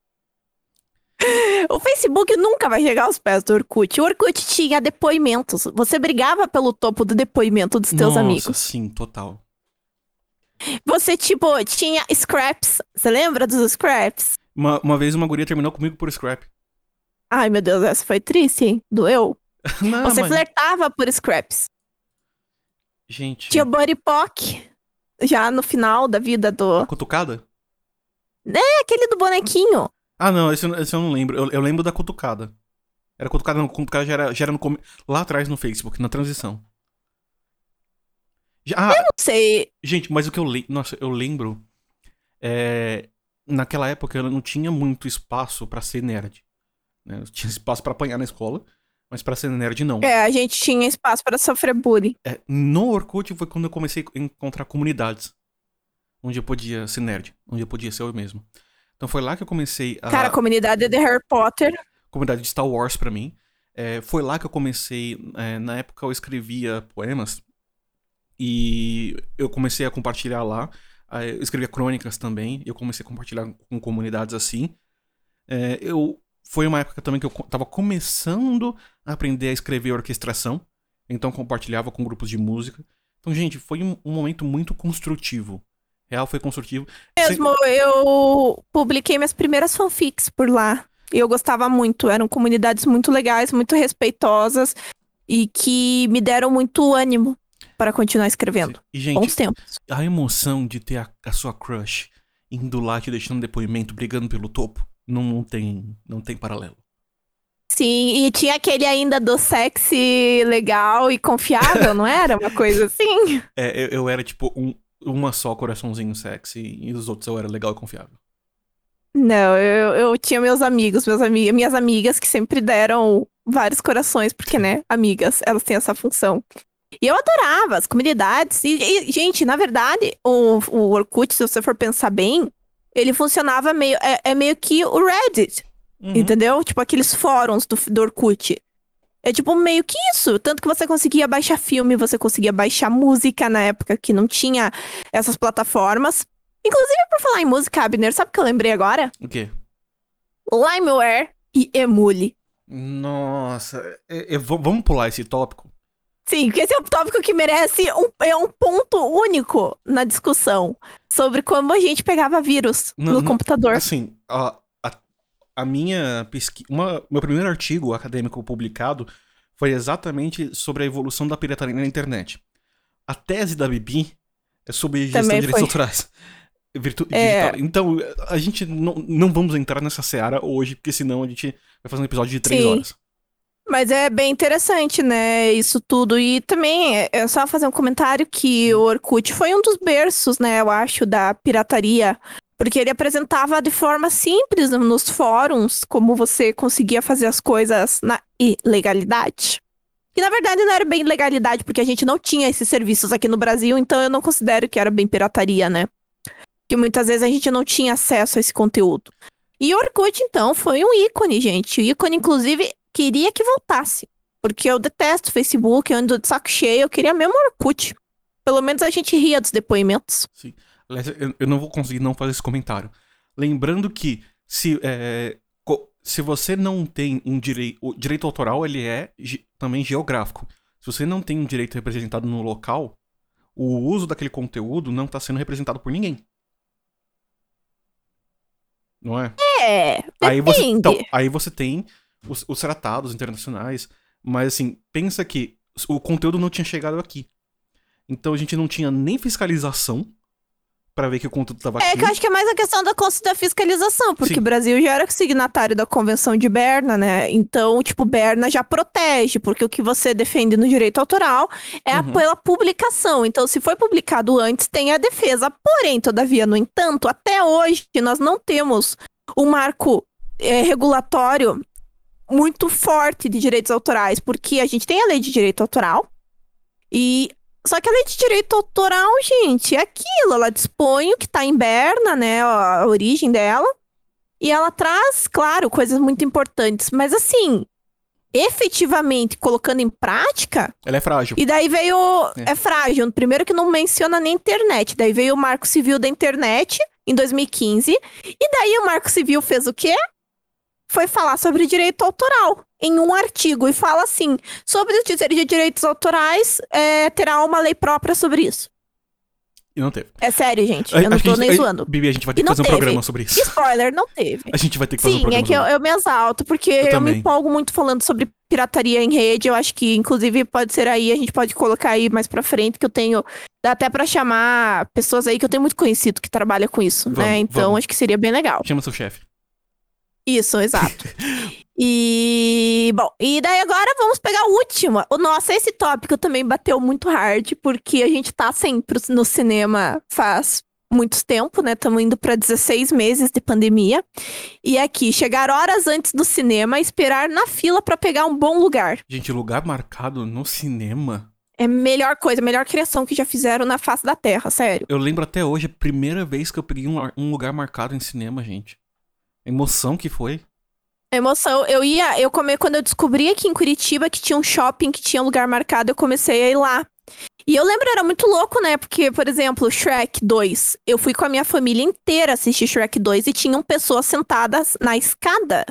O Facebook nunca vai chegar aos pés do Orkut. O Orkut tinha depoimentos. Você brigava pelo topo do depoimento dos teus amigos. Nossa, sim, total. Você, tinha scraps. Você lembra dos scraps? Uma vez uma guria terminou comigo por scrap. Ai, meu Deus, essa foi triste, hein? Doeu. Não, você flertava por scraps. Gente... Tinha o Buddy Pock, já no final da vida do... Cutucada? Aquele do bonequinho. Não, esse eu não lembro. Eu lembro da cutucada. Era cutucada, não. Cutucada já era lá atrás no Facebook, na transição. Eu não sei. Gente, mas o que Nossa, eu lembro... Naquela época eu não tinha muito espaço pra ser nerd. Né? Eu tinha espaço pra apanhar na escola. Mas pra ser nerd, não. A gente tinha espaço pra sofrer bullying. No Orkut foi quando eu comecei a encontrar comunidades. Onde eu podia ser nerd. Onde eu podia ser eu mesmo. Então foi lá que eu comecei a... Cara, a comunidade de Harry Potter. Comunidade de Star Wars pra mim. Foi lá que eu comecei... na época eu escrevia poemas. E eu comecei a compartilhar lá. Eu escrevia crônicas também. E eu comecei a compartilhar com comunidades assim. Foi uma época também que eu tava começando a aprender a escrever orquestração. Então compartilhava com grupos de música. Então, gente, foi um momento muito construtivo. Real foi construtivo. Mesmo, eu publiquei minhas primeiras fanfics por lá. E eu gostava muito. Eram comunidades muito legais, muito respeitosas. E que me deram muito ânimo para continuar escrevendo. E, gente, bons tempos. A emoção de ter a sua crush indo lá te deixando depoimento, brigando pelo topo, não tem paralelo. Sim, e tinha aquele ainda do sexy legal e confiável, não era? Uma coisa assim? Eu era tipo uma só coraçãozinho sexy e os outros eu era legal e confiável. Não, eu tinha meus amigos, minhas amigas que sempre deram vários corações, porque, né, amigas, elas têm essa função. E eu adorava as comunidades. E gente, na verdade, o Orkut, se você for pensar bem, ele funcionava meio que o Reddit, entendeu? Tipo aqueles fóruns do Orkut. É tipo meio que isso. Tanto que você conseguia baixar filme, você conseguia baixar música na época que não tinha essas plataformas. Inclusive, por falar em música, Abner, sabe o que eu lembrei agora? O quê? Limeware e Emule. Nossa, vamos pular esse tópico? Sim, porque esse é um tópico que merece um ponto único na discussão sobre como a gente pegava vírus no computador. Assim, a minha pesquisa... Meu primeiro artigo acadêmico publicado foi exatamente sobre a evolução da pirataria na internet. A tese da Bibi é sobre gestão de direitos autorais. Digital. Então, a gente não vamos entrar nessa seara hoje, porque senão a gente vai fazer um episódio de 3 horas. Mas é bem interessante, né, isso tudo. E também é só fazer um comentário que o Orkut foi um dos berços, né, eu acho, da pirataria. Porque ele apresentava de forma simples nos fóruns como você conseguia fazer as coisas na ilegalidade. Que na verdade não era bem legalidade, porque a gente não tinha esses serviços aqui no Brasil, então eu não considero que era bem pirataria, né? Que muitas vezes a gente não tinha acesso a esse conteúdo. E o Orkut, então, foi um ícone, gente. O ícone, inclusive, queria que voltasse. Porque eu detesto o Facebook, eu ando de saco cheio, eu queria mesmo o Orkut. Pelo menos a gente ria dos depoimentos. Sim. Eu não vou conseguir não fazer esse comentário. Lembrando que se você não tem um direito... O direito autoral, ele é também geográfico. Se você não tem um direito representado no local, o uso daquele conteúdo não está sendo representado por ninguém. Não é? Depende. Aí você tem os tratados internacionais, mas assim, pensa que o conteúdo não tinha chegado aqui. Então a gente não tinha nem fiscalização pra ver que o conteúdo tava aqui. Que eu acho que é mais a questão da fiscalização, porque o Brasil já era signatário da Convenção de Berna, né? Então, tipo, Berna já protege, porque o que você defende no direito autoral é pela publicação. Então, se foi publicado antes, tem a defesa. Porém, todavia, no entanto, até hoje, nós não temos um marco regulatório muito forte de direitos autorais, porque a gente tem a lei de direito autoral e... Só que a lei de direito autoral, gente, é aquilo. Ela dispõe o que tá em Berna, né, a origem dela. E ela traz, claro, coisas muito importantes. Mas assim, efetivamente, colocando em prática... Ela é frágil. E daí veio... É frágil. Primeiro que não menciona nem internet. Daí veio o Marco Civil da Internet, em 2015. E daí o Marco Civil fez o quê? Foi falar sobre direito autoral em um artigo e fala assim, sobre os direitos autorais, terá uma lei própria sobre isso. E não teve. É sério, gente, eu não tô nem zoando. Bibi, a gente vai ter que fazer um programa sobre isso. Spoiler, não teve. A gente vai ter que fazer um programa sobre isso. Sim, é que eu me exalto, porque eu me empolgo muito falando sobre pirataria em rede, eu acho que, inclusive, pode ser aí, a gente pode colocar aí mais pra frente, que eu tenho, dá até pra chamar pessoas aí que eu tenho muito conhecido que trabalha com isso, né, então acho que seria bem legal. Chama seu chefe. Isso, exato. E, bom, e daí agora vamos pegar o último. Nossa, esse tópico também bateu muito hard, porque a gente tá sempre no cinema faz muito tempo, né? Estamos indo para 16 meses de pandemia. E aqui, chegar horas antes do cinema, esperar na fila para pegar um bom lugar. Gente, lugar marcado no cinema... É a melhor coisa, a melhor criação que já fizeram na face da Terra, sério. Eu lembro até hoje, a primeira vez que eu peguei um lugar marcado em cinema, gente. A emoção que foi. Emoção. Quando eu descobri aqui em Curitiba que tinha um shopping que tinha lugar marcado, eu comecei a ir lá. E eu lembro, era muito louco, né? Porque, por exemplo, Shrek 2. Eu fui com a minha família inteira assistir Shrek 2 e tinham pessoas sentadas na escada.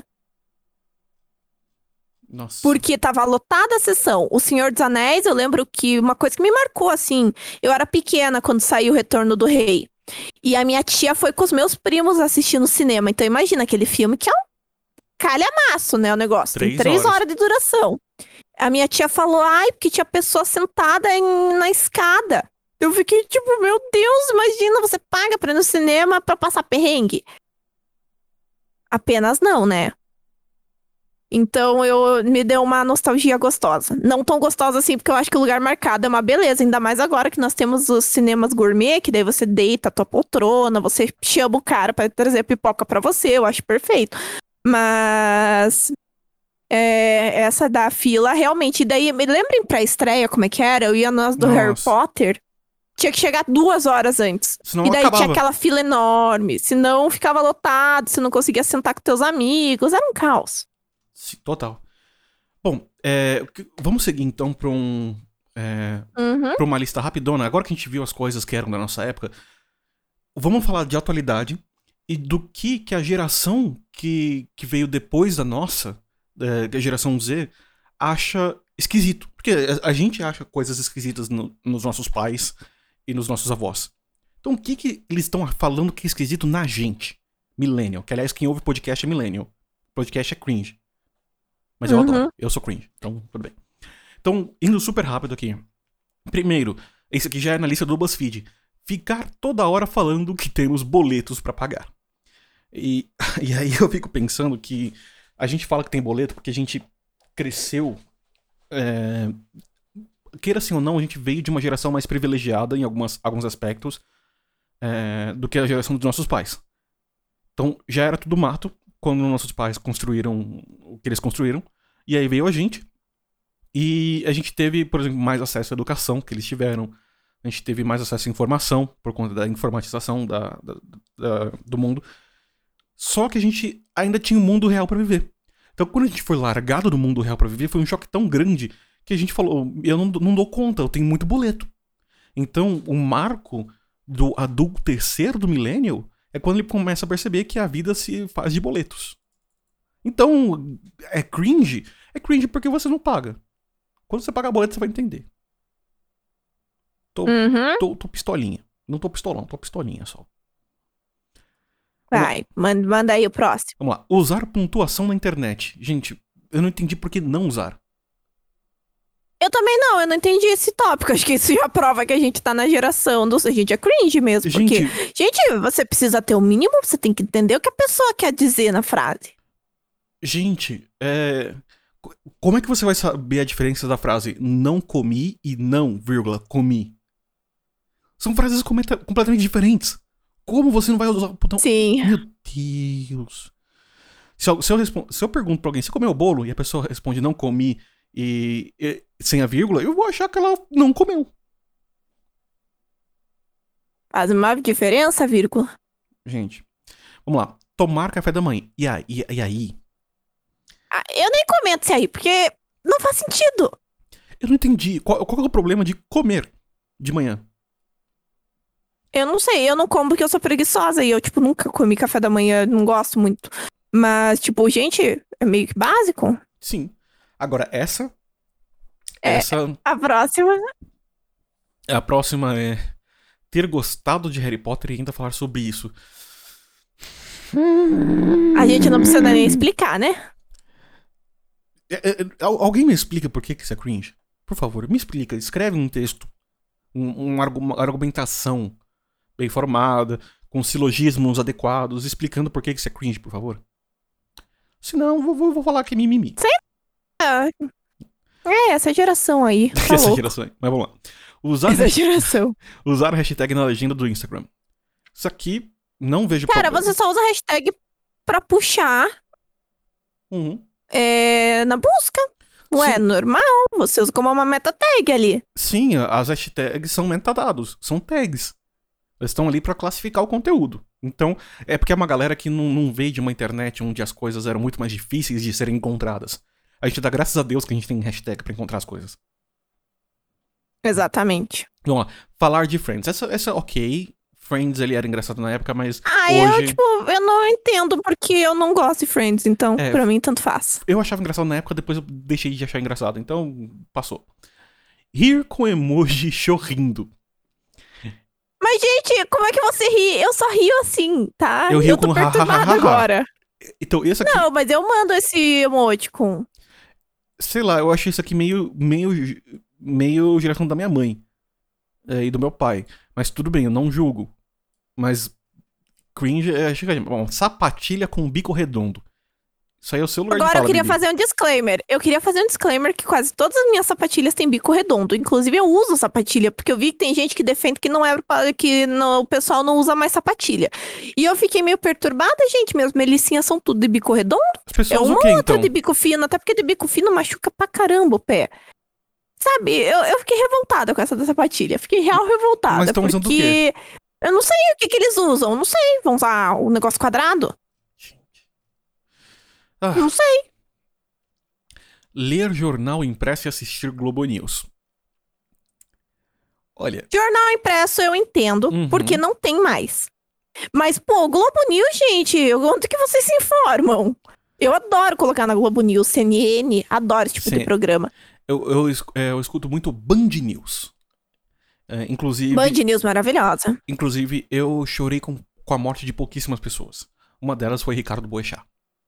Nossa. Porque tava lotada a sessão. O Senhor dos Anéis, eu lembro que uma coisa que me marcou, assim... Eu era pequena quando saiu o Retorno do Rei. E a minha tia foi com os meus primos assistir no cinema. Então imagina aquele filme que é um calhamaço, né? O negócio. Tem 3 horas de duração. A minha tia falou, porque tinha pessoa sentada na escada. Eu fiquei tipo, meu Deus, imagina, você paga pra ir no cinema pra passar perrengue. Apenas não, né? Então me deu uma nostalgia gostosa. Não tão gostosa assim, porque eu acho que o lugar marcado é uma beleza. Ainda mais agora que nós temos os cinemas gourmet, que daí você deita a tua poltrona, você chama o cara pra trazer pipoca pra você. Eu acho perfeito. Mas... essa da fila, realmente. E daí, me lembrem pra estreia como é que era? Eu ia nas do Harry Potter. Tinha que chegar 2 horas antes. Senão e daí acabava. tinha aquela fila enorme. Senão ficava lotado, você não conseguia sentar com teus amigos. Era um caos. Sim, total. Bom, vamos seguir então pra pra uma lista rapidona. Agora que a gente viu as coisas que eram da nossa época, vamos falar de atualidade e do que a geração que veio depois da nossa, a geração Z, acha esquisito. Porque a gente acha coisas esquisitas nos nossos pais e nos nossos avós. Então o que eles estão falando que é esquisito na gente? Millennial. Que aliás, quem ouve podcast é Millennial. Podcast é cringe. Mas eu adoro. Eu sou cringe. Então, tudo bem. Então, indo super rápido aqui. Primeiro, esse aqui já é na lista do BuzzFeed. Ficar toda hora falando que temos boletos pra pagar. E aí eu fico pensando que a gente fala que tem boleto porque a gente cresceu... queira assim ou não, a gente veio de uma geração mais privilegiada em alguns aspectos do que a geração dos nossos pais. Então, já era tudo mato quando nossos pais construíram o que eles construíram. E aí veio a gente. E a gente teve, por exemplo, mais acesso à educação que eles tiveram. A gente teve mais acesso à informação por conta da informatização do mundo. Só que a gente ainda tinha um mundo real pra viver. Então, quando a gente foi largado do mundo real pra viver, foi um choque tão grande que a gente falou, eu não dou conta, eu tenho muito boleto. Então, o marco do adultecer do millennial é quando ele começa a perceber que a vida se faz de boletos. Então, é cringe? É cringe porque você não paga. Quando você paga boleto, você vai entender. Tô pistolinha. Não tô pistolão, tô pistolinha só. Vai, manda aí o próximo. Vamos lá. Usar pontuação na internet. Gente, eu não entendi por que não usar. Eu também não, eu não entendi esse tópico. Acho que isso já prova que a gente tá na geração a gente é cringe mesmo. Porque, gente, você precisa ter o mínimo, você tem que entender o que a pessoa quer dizer na frase. Gente, como é que você vai saber a diferença da frase não comi e não, vírgula, comi? São frases completamente diferentes. Como você não vai usar o botão? Sim. Meu Deus. Se eu pergunto pra alguém, você comeu o bolo? E a pessoa responde não comi e sem a vírgula, eu vou achar que ela não comeu. Faz uma diferença, vírgula. Gente, vamos lá. Tomar café da manhã. E aí? Eu nem comento isso aí, porque não faz sentido. Eu não entendi. Qual é o problema de comer de manhã? Eu não sei, eu não como porque eu sou preguiçosa e eu, tipo, nunca comi café da manhã, não gosto muito. Mas, tipo, gente, é meio que básico. Sim. Agora, essa... A próxima... A próxima é ter gostado de Harry Potter e ainda falar sobre isso. A gente não precisa nem explicar, né? Alguém me explica por que isso é cringe? Por favor, me explica. Escreve um texto. Uma argumentação bem formada, com silogismos adequados, explicando por que isso é cringe, por favor. Senão, vou falar que é mimimi. Sei lá. Essa geração aí. Essa geração aí. Mas vamos lá. Essa geração. Usar a hashtag na legenda do Instagram. Isso aqui, não vejo Cara, problema. você só usa hashtag pra puxar na busca. Não é normal, você usa como uma meta tag ali. Sim, as hashtags são metadados, são tags. Eles estão ali pra classificar o conteúdo. Então, é porque é uma galera que não veio de uma internet onde as coisas eram muito mais difíceis de serem encontradas. A gente dá graças a Deus que a gente tem hashtag pra encontrar as coisas. Exatamente. Vamos lá, falar de Friends. Essa ok. Friends, ele era engraçado na época, mas hoje... eu não entendo porque eu não gosto de Friends, então pra mim tanto faz. Eu achava engraçado na época, depois eu deixei de achar engraçado, então passou. Rir com emoji sorrindo. Mas, gente, como é que você ri? Eu só rio assim, tá? Eu rio tô com perturbada agora. Então, esse aqui... Não, mas eu mando esse emoticon. Sei lá, eu achei isso aqui meio geração da minha mãe. E do meu pai. Mas tudo bem, eu não julgo. Mas cringe é... Bom, sapatilha com bico redondo. Isso aí é o seu lugar de fala. Agora eu queria fazer um disclaimer. Eu queria fazer um disclaimer que quase todas as minhas sapatilhas têm bico redondo. Inclusive eu uso sapatilha, porque eu vi que tem gente que defende que o pessoal não usa mais sapatilha. E eu fiquei meio perturbada, gente. Minhas melicinhas são tudo de bico redondo. As pessoas uma o quê, outra então? de bico fino, até porque de bico fino machuca pra caramba o pé. Sabe, eu fiquei revoltada com essa da sapatilha. Fiquei real revoltada. Mas estão usando o quê? Eu não sei o que eles usam. Não sei. Vão usar o negócio quadrado? Não sei. Ler jornal impresso e assistir Globo News. Olha... Jornal impresso eu entendo, porque não tem mais. Mas, pô, Globo News, gente, onde que vocês se informam? Eu adoro colocar na Globo News, CNN, adoro esse tipo de programa. Eu escuto muito Band News. Inclusive... Band News maravilhosa. Inclusive, eu chorei com a morte de pouquíssimas pessoas. Uma delas foi Ricardo Boechat.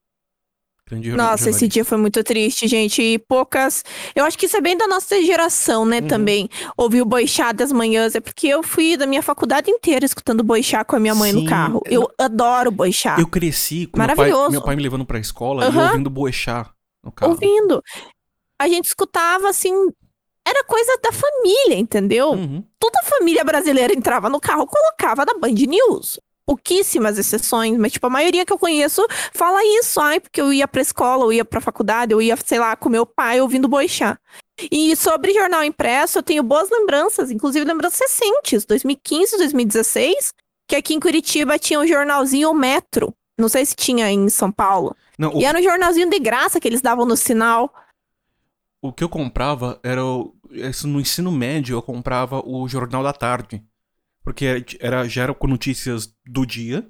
Nossa, esse dia foi muito triste, gente. E poucas... Eu acho que isso é bem da nossa geração, né, também. Ouvir o Boechat das manhãs. É porque eu fui da minha faculdade inteira escutando Boechat com a minha mãe no carro. Eu adoro Boechat. Eu cresci com meu pai me levando pra escola e ouvindo Boechat no carro. Ouvindo. A gente escutava, assim... Era coisa da família, entendeu? Toda a família brasileira entrava no carro, colocava na Band News. Pouquíssimas exceções, mas tipo, a maioria que eu conheço fala isso. Ai, porque eu ia pra escola, eu ia pra faculdade, eu ia, sei lá, com meu pai ouvindo Boechat. E sobre jornal impresso, eu tenho boas lembranças, inclusive lembranças recentes, 2015, 2016, que aqui em Curitiba tinha um jornalzinho o Metro. Não sei se tinha em São Paulo. Não, e era um jornalzinho de graça que eles davam no sinal. O que eu comprava era... No ensino médio, eu comprava o Jornal da Tarde. Porque já era com notícias do dia.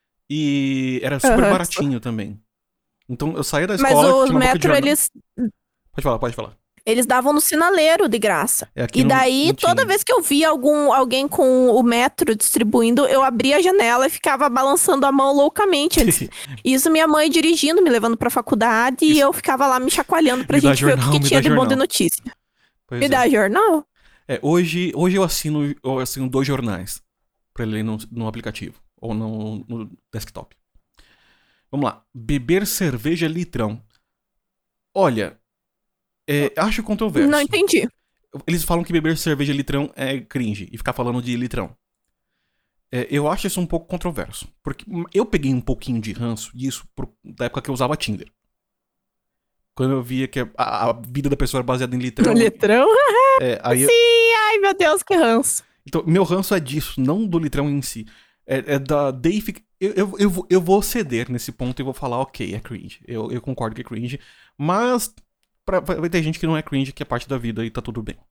E era super baratinho também. Então eu saía da escola... Mas o Metro, eles... Pode falar. Eles davam no sinaleiro de graça. E daí, toda vez que eu via alguém com o Metro distribuindo, eu abria a janela e ficava balançando a mão loucamente. Isso minha mãe dirigindo, me levando pra faculdade, e eu ficava lá me chacoalhando pra gente ver o que tinha de bom de notícia. Me dá jornal? Hoje eu assino 2 jornais pra ler no aplicativo ou no desktop. Vamos lá. Beber cerveja litrão. Olha, acho controverso. Não entendi. Eles falam que beber cerveja litrão é cringe e ficar falando de litrão. Eu acho isso um pouco controverso. Porque eu peguei um pouquinho de ranço disso da época que eu usava Tinder. Quando eu via que a vida da pessoa era baseada em litrão. Litrão? Aí Sim, ai meu Deus, que ranço. Então, meu ranço é disso, não do litrão em si. É da Dave. Eu vou ceder nesse ponto e vou falar, ok, é cringe. Eu concordo que é cringe. Mas vai ter gente que não é cringe, que é parte da vida e tá tudo bem.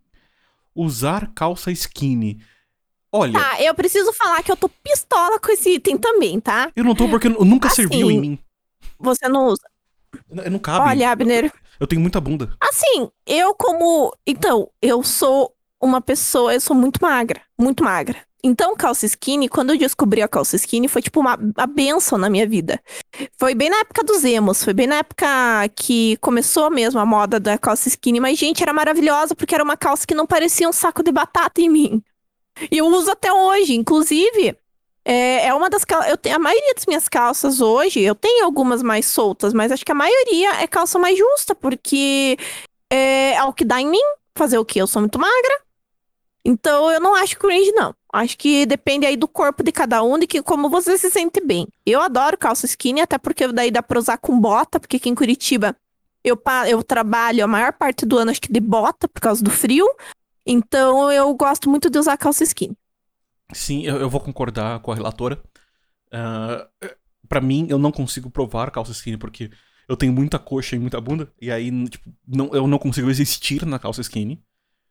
Usar calça skinny. Olha... Tá, eu preciso falar que eu tô pistola com esse item também, tá? Eu não tô porque nunca serviu em mim. Você não usa? Não cabe. Olha, Abner... Eu tenho muita bunda. Assim, Então, eu sou uma pessoa... Eu sou muito magra. Muito magra. Então, calça skinny, quando eu descobri a calça skinny, foi tipo uma bênção na minha vida. Foi bem na época dos emos. Foi bem na época que começou mesmo a moda da calça skinny. Mas, gente, era maravilhosa porque era uma calça que não parecia um saco de batata em mim. E eu uso até hoje. Inclusive... É uma das calças. A maioria das minhas calças hoje, eu tenho algumas mais soltas, mas acho que a maioria é calça mais justa, porque é o que dá em mim. Fazer o quê? Eu sou muito magra. Então eu não acho cringe, não. Acho que depende aí do corpo de cada um, de que como você se sente bem. Eu adoro calça skinny, até porque daí dá pra usar com bota, porque aqui em Curitiba eu trabalho a maior parte do ano, acho que de bota, por causa do frio. Então eu gosto muito de usar calça skinny. Sim, eu vou concordar com a relatora. Pra mim, eu não consigo provar calça skinny, porque eu tenho muita coxa e muita bunda, e aí tipo, eu não consigo existir na calça skinny.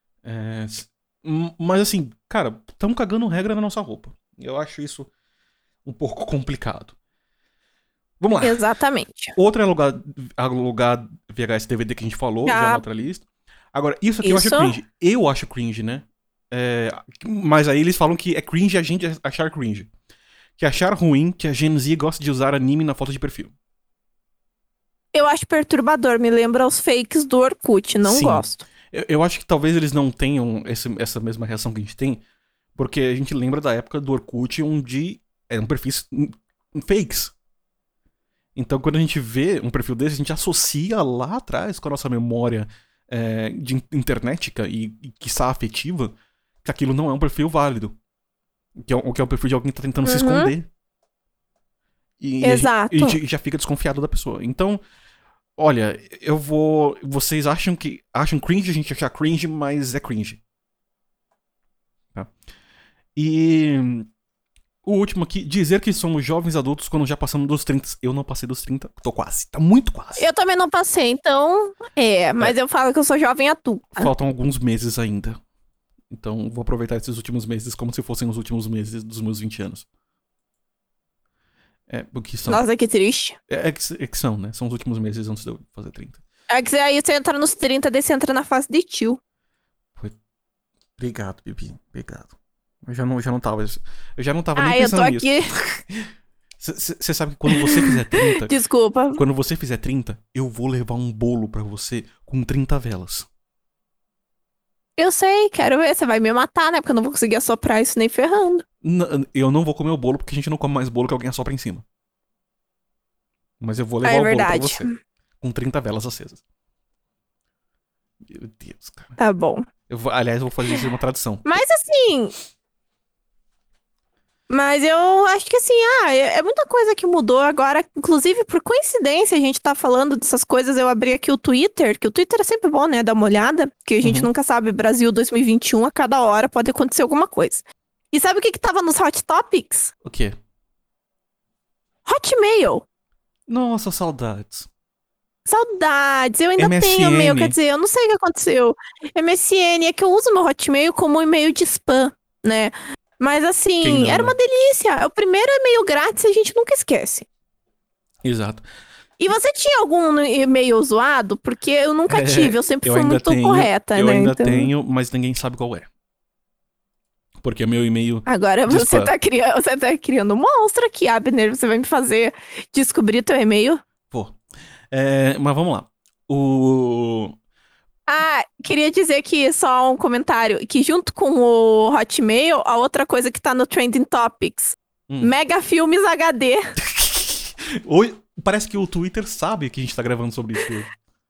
Mas assim, cara, estamos cagando regra na nossa roupa. Eu acho isso um pouco complicado. Vamos lá. Exatamente. Outra é alugar VHS DVD que a gente falou, já na outra lista. Agora, isso aqui eu acho cringe. Eu acho cringe, né? Mas aí eles falam que é cringe a gente achar cringe. Que é achar ruim que a Gen Z gosta de usar anime na foto de perfil. Eu acho perturbador, me lembra os fakes do Orkut, não gosto. Eu acho que talvez eles não tenham essa mesma reação que a gente tem, porque a gente lembra da época do Orkut onde eram perfis fakes. Então quando a gente vê um perfil desse, a gente associa lá atrás com a nossa memória de internetica e quiçá afetiva, que aquilo não é um perfil válido. Que é um perfil de alguém que tá tentando se esconder. Exato. E a gente já fica desconfiado da pessoa. Então, olha, vocês acham cringe, a gente achar cringe, mas é cringe. Tá? E o último aqui, dizer que somos jovens adultos quando já passamos dos 30. Eu não passei dos 30, tô quase, tá muito quase. Eu também não passei, então, mas eu falo que eu sou jovem adulta. Faltam alguns meses ainda. Então, vou aproveitar esses últimos meses como se fossem os últimos meses dos meus 20 anos. Porque são... Nossa, que triste. É que são, né? São os últimos meses antes de eu fazer 30. É que aí você entra nos 30, daí você entra na fase de tio. Obrigado, Bibi. Obrigado. Eu já não tava nem pensando nisso. Eu tô aqui. Você sabe que quando você fizer 30... Desculpa. Quando você fizer 30, eu vou levar um bolo pra você com 30 velas. Eu sei, quero ver. Você vai me matar, né? Porque eu não vou conseguir assoprar isso nem ferrando. Eu não vou comer o bolo porque a gente não come mais bolo que alguém assopra em cima. Mas eu vou levar o bolo pra você. Com 30 velas acesas. Meu Deus, cara. Tá bom. Aliás, eu vou fazer isso uma tradição. Mas assim... Mas eu acho que assim, é muita coisa que mudou agora. Inclusive, por coincidência, a gente tá falando dessas coisas. Eu abri aqui o Twitter, que o Twitter é sempre bom, né? Dar uma olhada. Que a gente nunca sabe. Brasil 2021, a cada hora pode acontecer alguma coisa. E sabe o que tava nos Hot Topics? O quê? Hotmail. Nossa, saudades. Saudades. Eu ainda MSN. tenho e-mail, quer dizer, eu não sei o que aconteceu. MSN, é que eu uso meu Hotmail como um e-mail de spam, né? Mas assim, não, era uma delícia. É o primeiro e-mail grátis, a gente nunca esquece. Exato. E você tinha algum e-mail zoado? Porque eu nunca tive, eu sempre fui muito correta, né? Eu ainda tenho, mas ninguém sabe qual é. Porque meu e-mail... Agora você tá criando um monstro aqui, Abner. Você vai me fazer descobrir teu e-mail? Pô. Mas vamos lá. Queria dizer que só um comentário, que junto com o Hotmail, a outra coisa que tá no Trending Topics, Mega Filmes HD. Oi, parece que o Twitter sabe que a gente tá gravando sobre isso.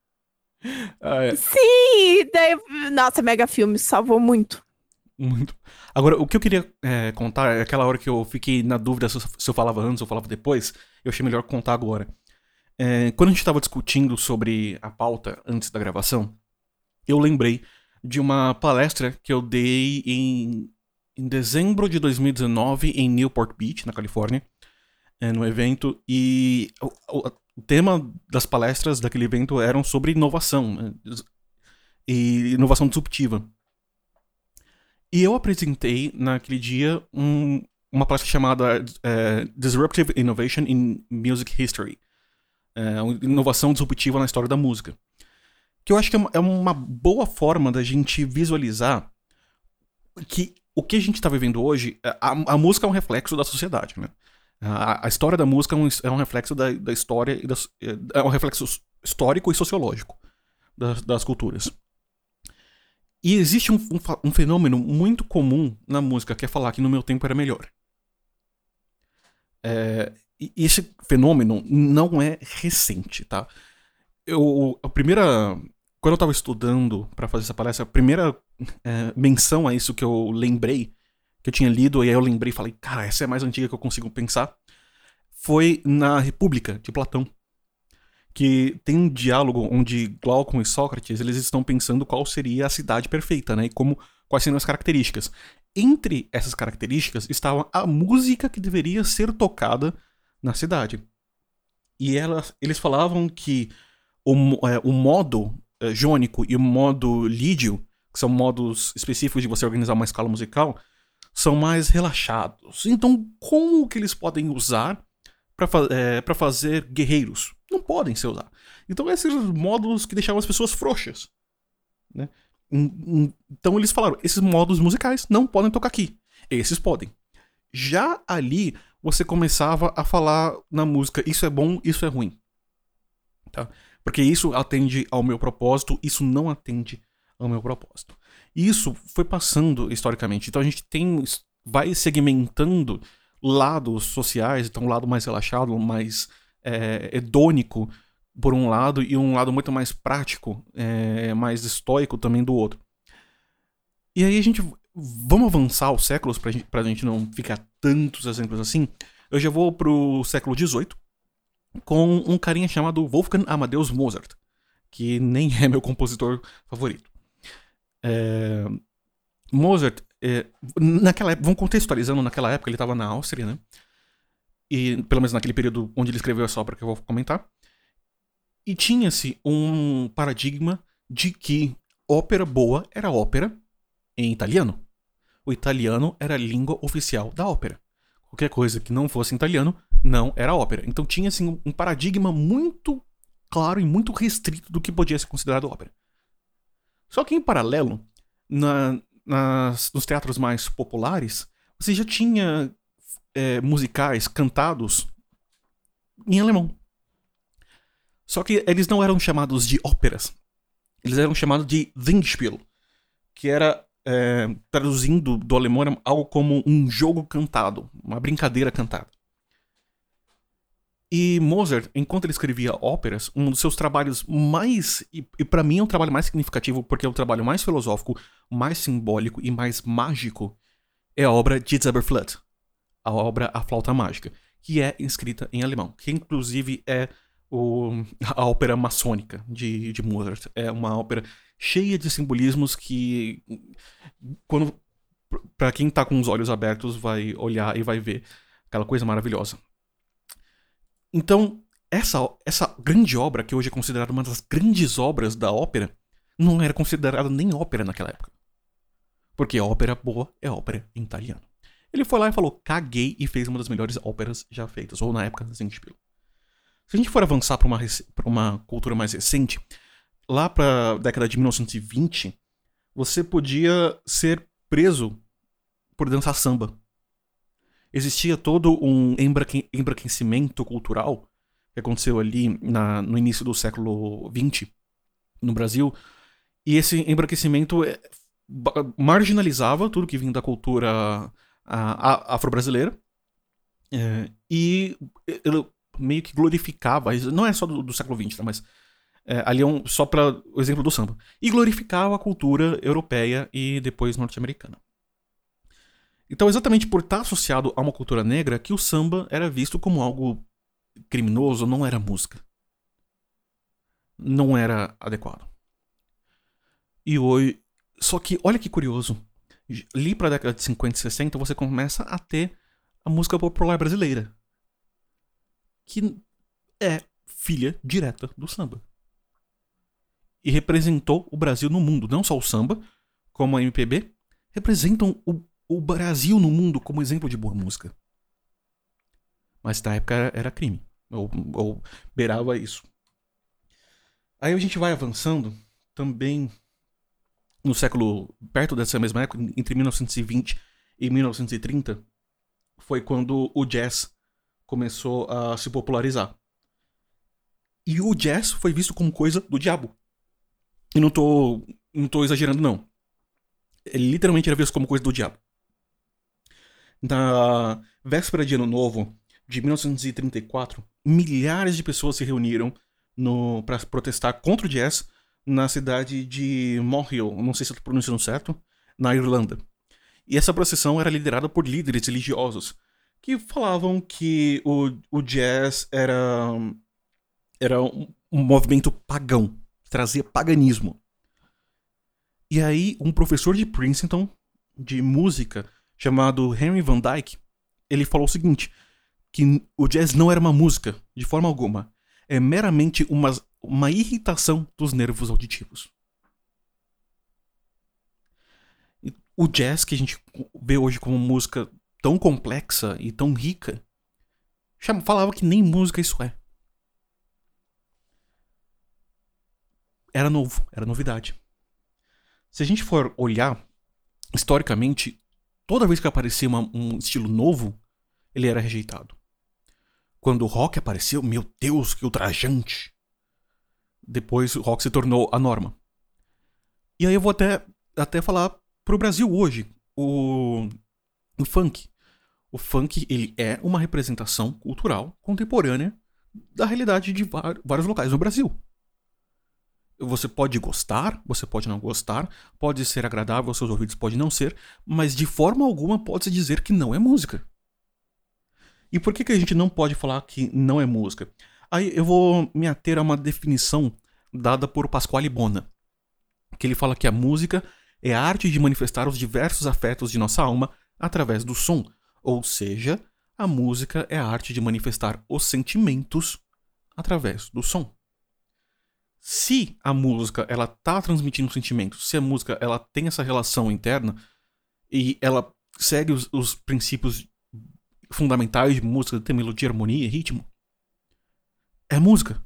Sim! Nossa, Mega Filmes salvou muito. Muito. Agora, o que eu queria contar é aquela hora que eu fiquei na dúvida se eu falava antes ou falava depois. Eu achei melhor contar agora. Quando a gente tava discutindo sobre a pauta antes da gravação, eu lembrei de uma palestra que eu dei em dezembro de 2019 em Newport Beach, na Califórnia, no evento, e o tema das palestras daquele evento eram sobre inovação, né? E inovação disruptiva. E eu apresentei naquele dia uma palestra chamada Disruptive Innovation in Music History, inovação disruptiva na história da música. Que eu acho que é uma boa forma da gente visualizar que o que a gente está vivendo hoje, a música é um reflexo da sociedade, né? A história da música é um reflexo da história, é um reflexo histórico e sociológico das culturas. E existe um fenômeno muito comum na música, que é falar que no meu tempo era melhor. E esse fenômeno não é recente, tá? Quando eu tava estudando pra fazer essa palestra, a primeira menção a isso que eu lembrei que eu tinha lido, e aí eu lembrei e falei, cara, essa é a mais antiga que eu consigo pensar, foi na República, de Platão. Que tem um diálogo onde Glaucon e Sócrates, eles estão pensando qual seria a cidade perfeita, né? E quais seriam as características. Entre essas características estava a música que deveria ser tocada na cidade. E eles falavam que o modo jônico e o modo lídio, que são modos específicos de você organizar uma escala musical, são mais relaxados. Então, como que eles podem usar para fazer guerreiros? Não podem ser usados. Então, esses modos que deixavam as pessoas frouxas, né? Então, eles falaram, esses modos musicais não podem tocar aqui. Esses podem. Já ali, você começava a falar na música, isso é bom, isso é ruim. Tá? Porque isso atende ao meu propósito, isso não atende ao meu propósito. E isso foi passando historicamente. Então a gente vai segmentando lados sociais, então um lado mais relaxado, mais hedônico por um lado, e um lado muito mais prático, mais estoico também do outro. E aí vamos avançar os séculos pra gente não ficar tantos exemplos assim. Eu já vou pro século XVIII com um carinha chamado Wolfgang Amadeus Mozart, que nem é meu compositor favorito. Mozart, naquela época, vamos contextualizando, naquela época ele estava na Áustria, né? E pelo menos naquele período onde ele escreveu essa obra que eu vou comentar. E tinha-se um paradigma de que ópera boa era ópera em italiano. O italiano era a língua oficial da ópera. Qualquer coisa que não fosse em italiano não era ópera. Então tinha assim, um paradigma muito claro e muito restrito do que podia ser considerado ópera. Só que em paralelo, nos teatros mais populares, você já tinha musicais cantados em alemão. Só que eles não eram chamados de óperas. Eles eram chamados de Singspiel, que era, traduzindo do alemão, algo como um jogo cantado, uma brincadeira cantada. E Mozart, enquanto ele escrevia óperas, um dos seus trabalhos mais... E para mim é um trabalho mais significativo, porque é o trabalho mais filosófico, mais simbólico e mais mágico, é a obra Die Zauberflöte, a obra A Flauta Mágica, que é escrita em alemão, que inclusive é a ópera maçônica de Mozart. É uma ópera cheia de simbolismos que, para quem tá com os olhos abertos, vai olhar e vai ver aquela coisa maravilhosa. Então, essa grande obra, que hoje é considerada uma das grandes obras da ópera, não era considerada nem ópera naquela época. Porque ópera boa é ópera em italiano. Ele foi lá e falou, caguei, e fez uma das melhores óperas já feitas, ou na época, Singspiel. Se a gente for avançar para uma cultura mais recente, lá para a década de 1920, você podia ser preso por dançar samba. Existia todo um embranquecimento cultural que aconteceu ali no início do século XX no Brasil, e esse embranquecimento marginalizava tudo que vinha da cultura afro-brasileira, e ele meio que glorificava, não é só do século XX, tá, mas ali só para o exemplo do samba, e glorificava a cultura europeia e depois norte-americana. Então, exatamente por estar associado a uma cultura negra, que o samba era visto como algo criminoso, não era música. Não era adequado. E hoje... Só que, olha que curioso. Ali para a década de 50 e 60, você começa a ter a música popular brasileira, que é filha direta do samba. E representou o Brasil no mundo. Não só o samba, como a MPB, representam o Brasil no mundo como exemplo de boa música. Mas na época era crime. Ou beirava isso. Aí a gente vai avançando também no século... Perto dessa mesma época, entre 1920 e 1930, foi quando o jazz começou a se popularizar. E o jazz foi visto como coisa do diabo. E não tô exagerando, não. Ele literalmente era visto como coisa do diabo. Na véspera de Ano Novo de 1934, milhares de pessoas se reuniram para protestar contra o jazz na cidade de Montreal, não sei se eu estou pronunciando certo, na Irlanda. E essa procissão era liderada por líderes religiosos, que falavam que o jazz era um movimento pagão, que trazia paganismo. E aí, um professor de Princeton, de música, chamado Henry Van Dyke, ele falou o seguinte, que o jazz não era uma música, de forma alguma. É meramente uma irritação dos nervos auditivos. E o jazz, que a gente vê hoje como música tão complexa e tão rica, falava que nem música isso é. Era novo, era novidade. Se a gente for olhar, historicamente, toda vez que aparecia um estilo novo, ele era rejeitado. Quando o rock apareceu, meu Deus, que ultrajante. Depois o rock se tornou a norma. E aí eu vou até falar pro Brasil hoje, o funk. O funk, ele é uma representação cultural contemporânea da realidade de vários locais no Brasil. Você pode gostar, você pode não gostar, pode ser agradável aos seus ouvidos, pode não ser, mas de forma alguma pode-se dizer que não é música. E por que a gente não pode falar que não é música? Aí eu vou me ater a uma definição dada por Pasquale Bona, que ele fala que a música é a arte de manifestar os diversos afetos de nossa alma através do som, ou seja, a música é a arte de manifestar os sentimentos através do som. Se a música ela tá transmitindo sentimentos, se a música ela tem essa relação interna e ela segue os princípios fundamentais de música, de ter melodia, harmonia e ritmo, é música.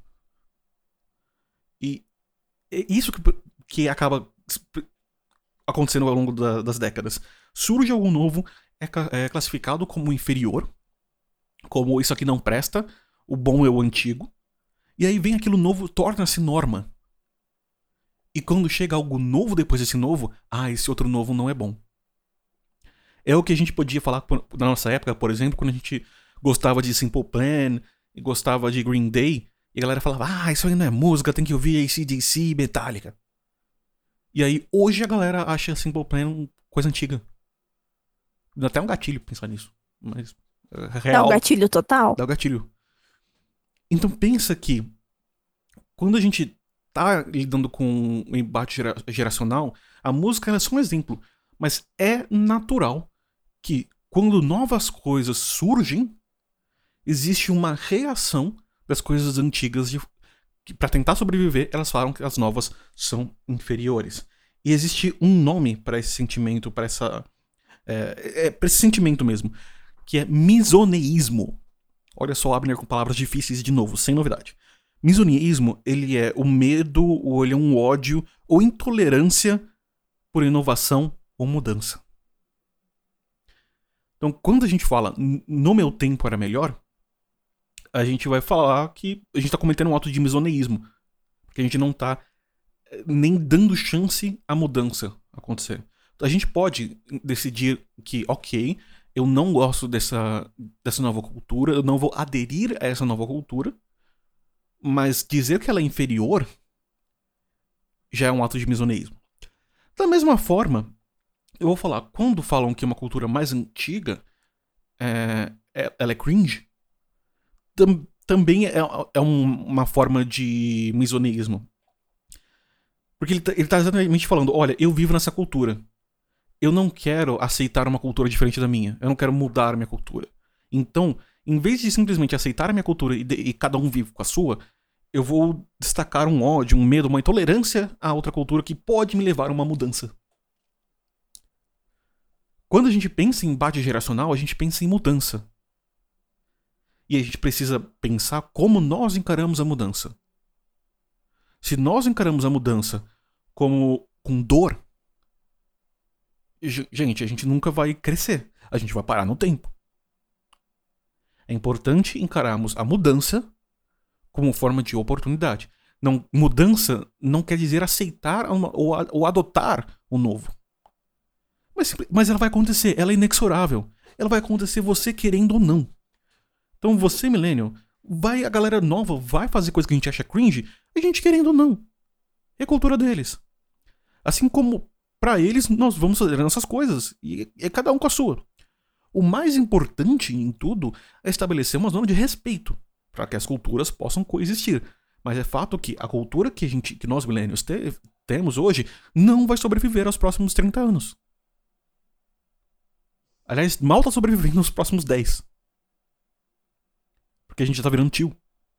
E é isso que acaba acontecendo ao longo das décadas. Surge algo novo, é classificado como inferior, como isso aqui não presta, o bom é o antigo. E aí vem aquilo novo, torna-se norma. E quando chega algo novo depois desse novo, esse outro novo não é bom. É o que a gente podia falar na nossa época, por exemplo, quando a gente gostava de Simple Plan e gostava de Green Day, e a galera falava, isso aí não é música, tem que ouvir AC/DC e Metallica. E aí hoje a galera acha Simple Plan coisa antiga. Dá até um gatilho pensar nisso. Mas real. Dá um gatilho total? Dá um gatilho. Então pensa que quando a gente tá lidando com um embate geracional, a música é só um exemplo. Mas é natural que quando novas coisas surgem, existe uma reação das coisas antigas que para tentar sobreviver, elas falam que as novas são inferiores. E existe um nome para esse sentimento, para essa para esse sentimento mesmo, que é misoneísmo. Olha só, Abner com palavras difíceis de novo, sem novidade. Misoneísmo, ele é o medo, ou ele é um ódio, ou intolerância por inovação ou mudança. Então, quando a gente fala no meu tempo era melhor, a gente vai falar que a gente tá cometendo um ato de misoneísmo. Porque a gente não tá nem dando chance à mudança acontecer. A gente pode decidir que, ok, eu não gosto dessa nova cultura, eu não vou aderir a essa nova cultura, mas dizer que ela é inferior já é um ato de misoneísmo. Da mesma forma, eu vou falar, quando falam que uma cultura mais antiga ela é cringe, também é uma forma de misoneísmo. Porque ele tá exatamente falando, olha, eu vivo nessa cultura. Eu não quero aceitar uma cultura diferente da minha. Eu não quero mudar a minha cultura. Então, em vez de simplesmente aceitar a minha cultura e cada um vive com a sua, eu vou destacar um ódio, um medo, uma intolerância a outra cultura que pode me levar a uma mudança. Quando a gente pensa em embate geracional, a gente pensa em mudança. E a gente precisa pensar como nós encaramos a mudança. Se nós encaramos a mudança como com dor, gente, a gente nunca vai crescer. A gente vai parar no tempo. É importante encararmos a mudança como forma de oportunidade. Mudança não quer dizer aceitar ou adotar o novo. Mas ela vai acontecer, ela é inexorável. Ela vai acontecer você querendo ou não. Então você, millennial, a galera nova vai fazer coisa que a gente acha cringe, a gente querendo ou não. É a cultura deles. Assim como Pra eles, nós vamos fazer nossas coisas. E é cada um com a sua. O mais importante em tudo é estabelecer uma zona de respeito para que as culturas possam coexistir. Mas é fato que a cultura que nós millennials temos hoje não vai sobreviver aos próximos 30 anos. Aliás, mal tá sobrevivendo nos próximos 10. Porque a gente já tá virando tio.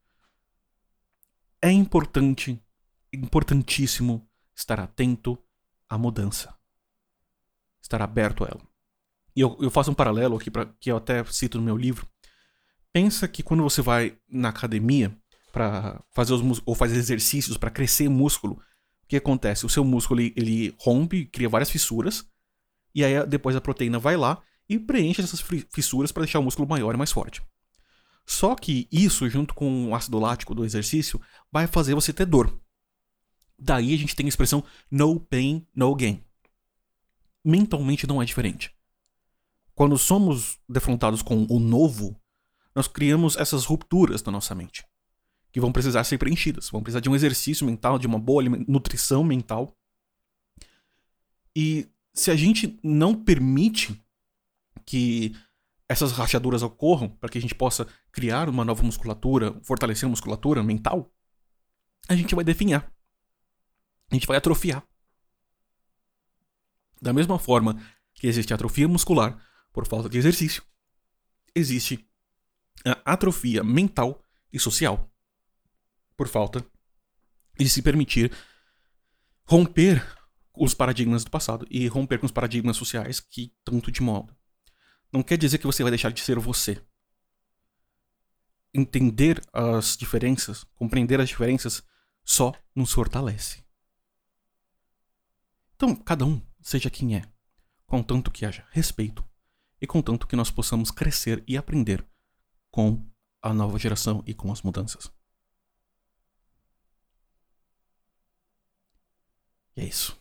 É importantíssimo estar atento à mudança. Estar aberto a ela. E eu faço um paralelo aqui, que eu até cito no meu livro. Pensa que quando você vai na academia para fazer ou fazer exercícios para crescer músculo, o que acontece? O seu músculo ele rompe, cria várias fissuras, e aí depois a proteína vai lá e preenche essas fissuras para deixar o músculo maior e mais forte. Só que isso, junto com o ácido lático do exercício, vai fazer você ter dor. Daí a gente tem a expressão no pain, no gain. Mentalmente não é diferente. Quando somos defrontados com o novo, nós criamos essas rupturas na nossa mente, que vão precisar ser preenchidas. Vão precisar de um exercício mental, de uma boa nutrição mental. E se a gente não permite que essas rachaduras ocorram, para que a gente possa criar uma nova musculatura, fortalecer a musculatura mental, a gente vai definhar. A gente vai atrofiar. Da mesma forma que existe atrofia muscular por falta de exercício, existe a atrofia mental e social por falta de se permitir romper os paradigmas do passado e romper com os paradigmas sociais que tanto te moldam. Não quer dizer que você vai deixar de ser você. Entender as diferenças, compreender as diferenças, só nos fortalece. Então, cada um seja quem é, contanto que haja respeito e contanto que nós possamos crescer e aprender com a nova geração e com as mudanças. E é isso.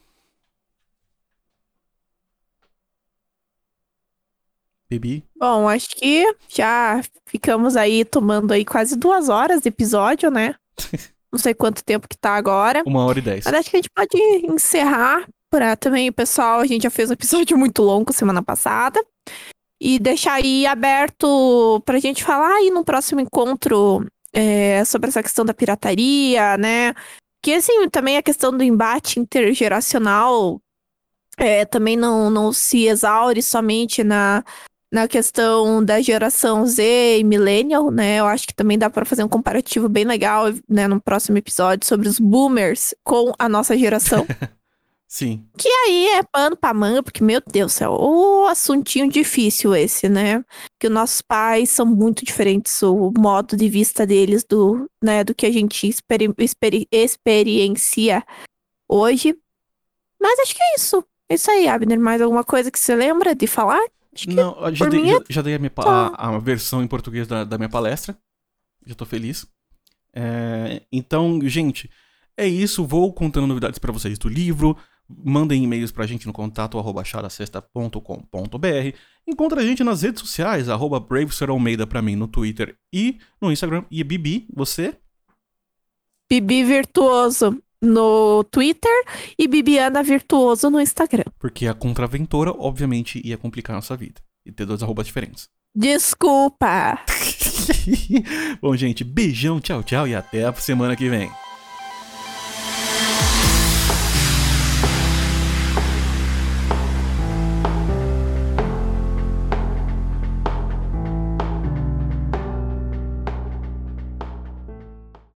Bibi? Bom, acho que já ficamos aí tomando aí quase 2 horas de episódio, né? Não sei quanto tempo que tá agora. 1h10. Mas acho que a gente pode encerrar pra também, pessoal, a gente já fez um episódio muito longo semana passada. E deixar aí aberto pra gente falar aí no próximo encontro sobre essa questão da pirataria, né? Que, assim, também a questão do embate intergeracional também não se exaure somente na questão da geração Z e Millennial, né? Eu acho que também dá pra fazer um comparativo bem legal, né, no próximo episódio sobre os boomers com a nossa geração. Sim. Que aí é pano pra manga, porque, meu Deus do céu, o assuntinho difícil esse, né? Que os nossos pais são muito diferentes, o modo de vista deles do que a gente experiencia hoje. Mas acho que é isso. É isso aí, Abner. Mais alguma coisa que você lembra de falar? Acho que não, já dei a versão em português da minha palestra. Já tô feliz. Então, gente, é isso. Vou contando novidades pra vocês do livro. Mandem e-mails pra gente no contato @chadasexta.com.br. Encontra a gente nas redes sociais, @BraveSirAlmeida pra mim no Twitter e no Instagram. E Bibi, você? Bibi Virtuoso no Twitter e Bibiana Virtuoso no Instagram. Porque a contraventora, obviamente, ia complicar a nossa vida. E ter 2 arrobas diferentes. Desculpa! Bom, gente, beijão, tchau, tchau e até a semana que vem.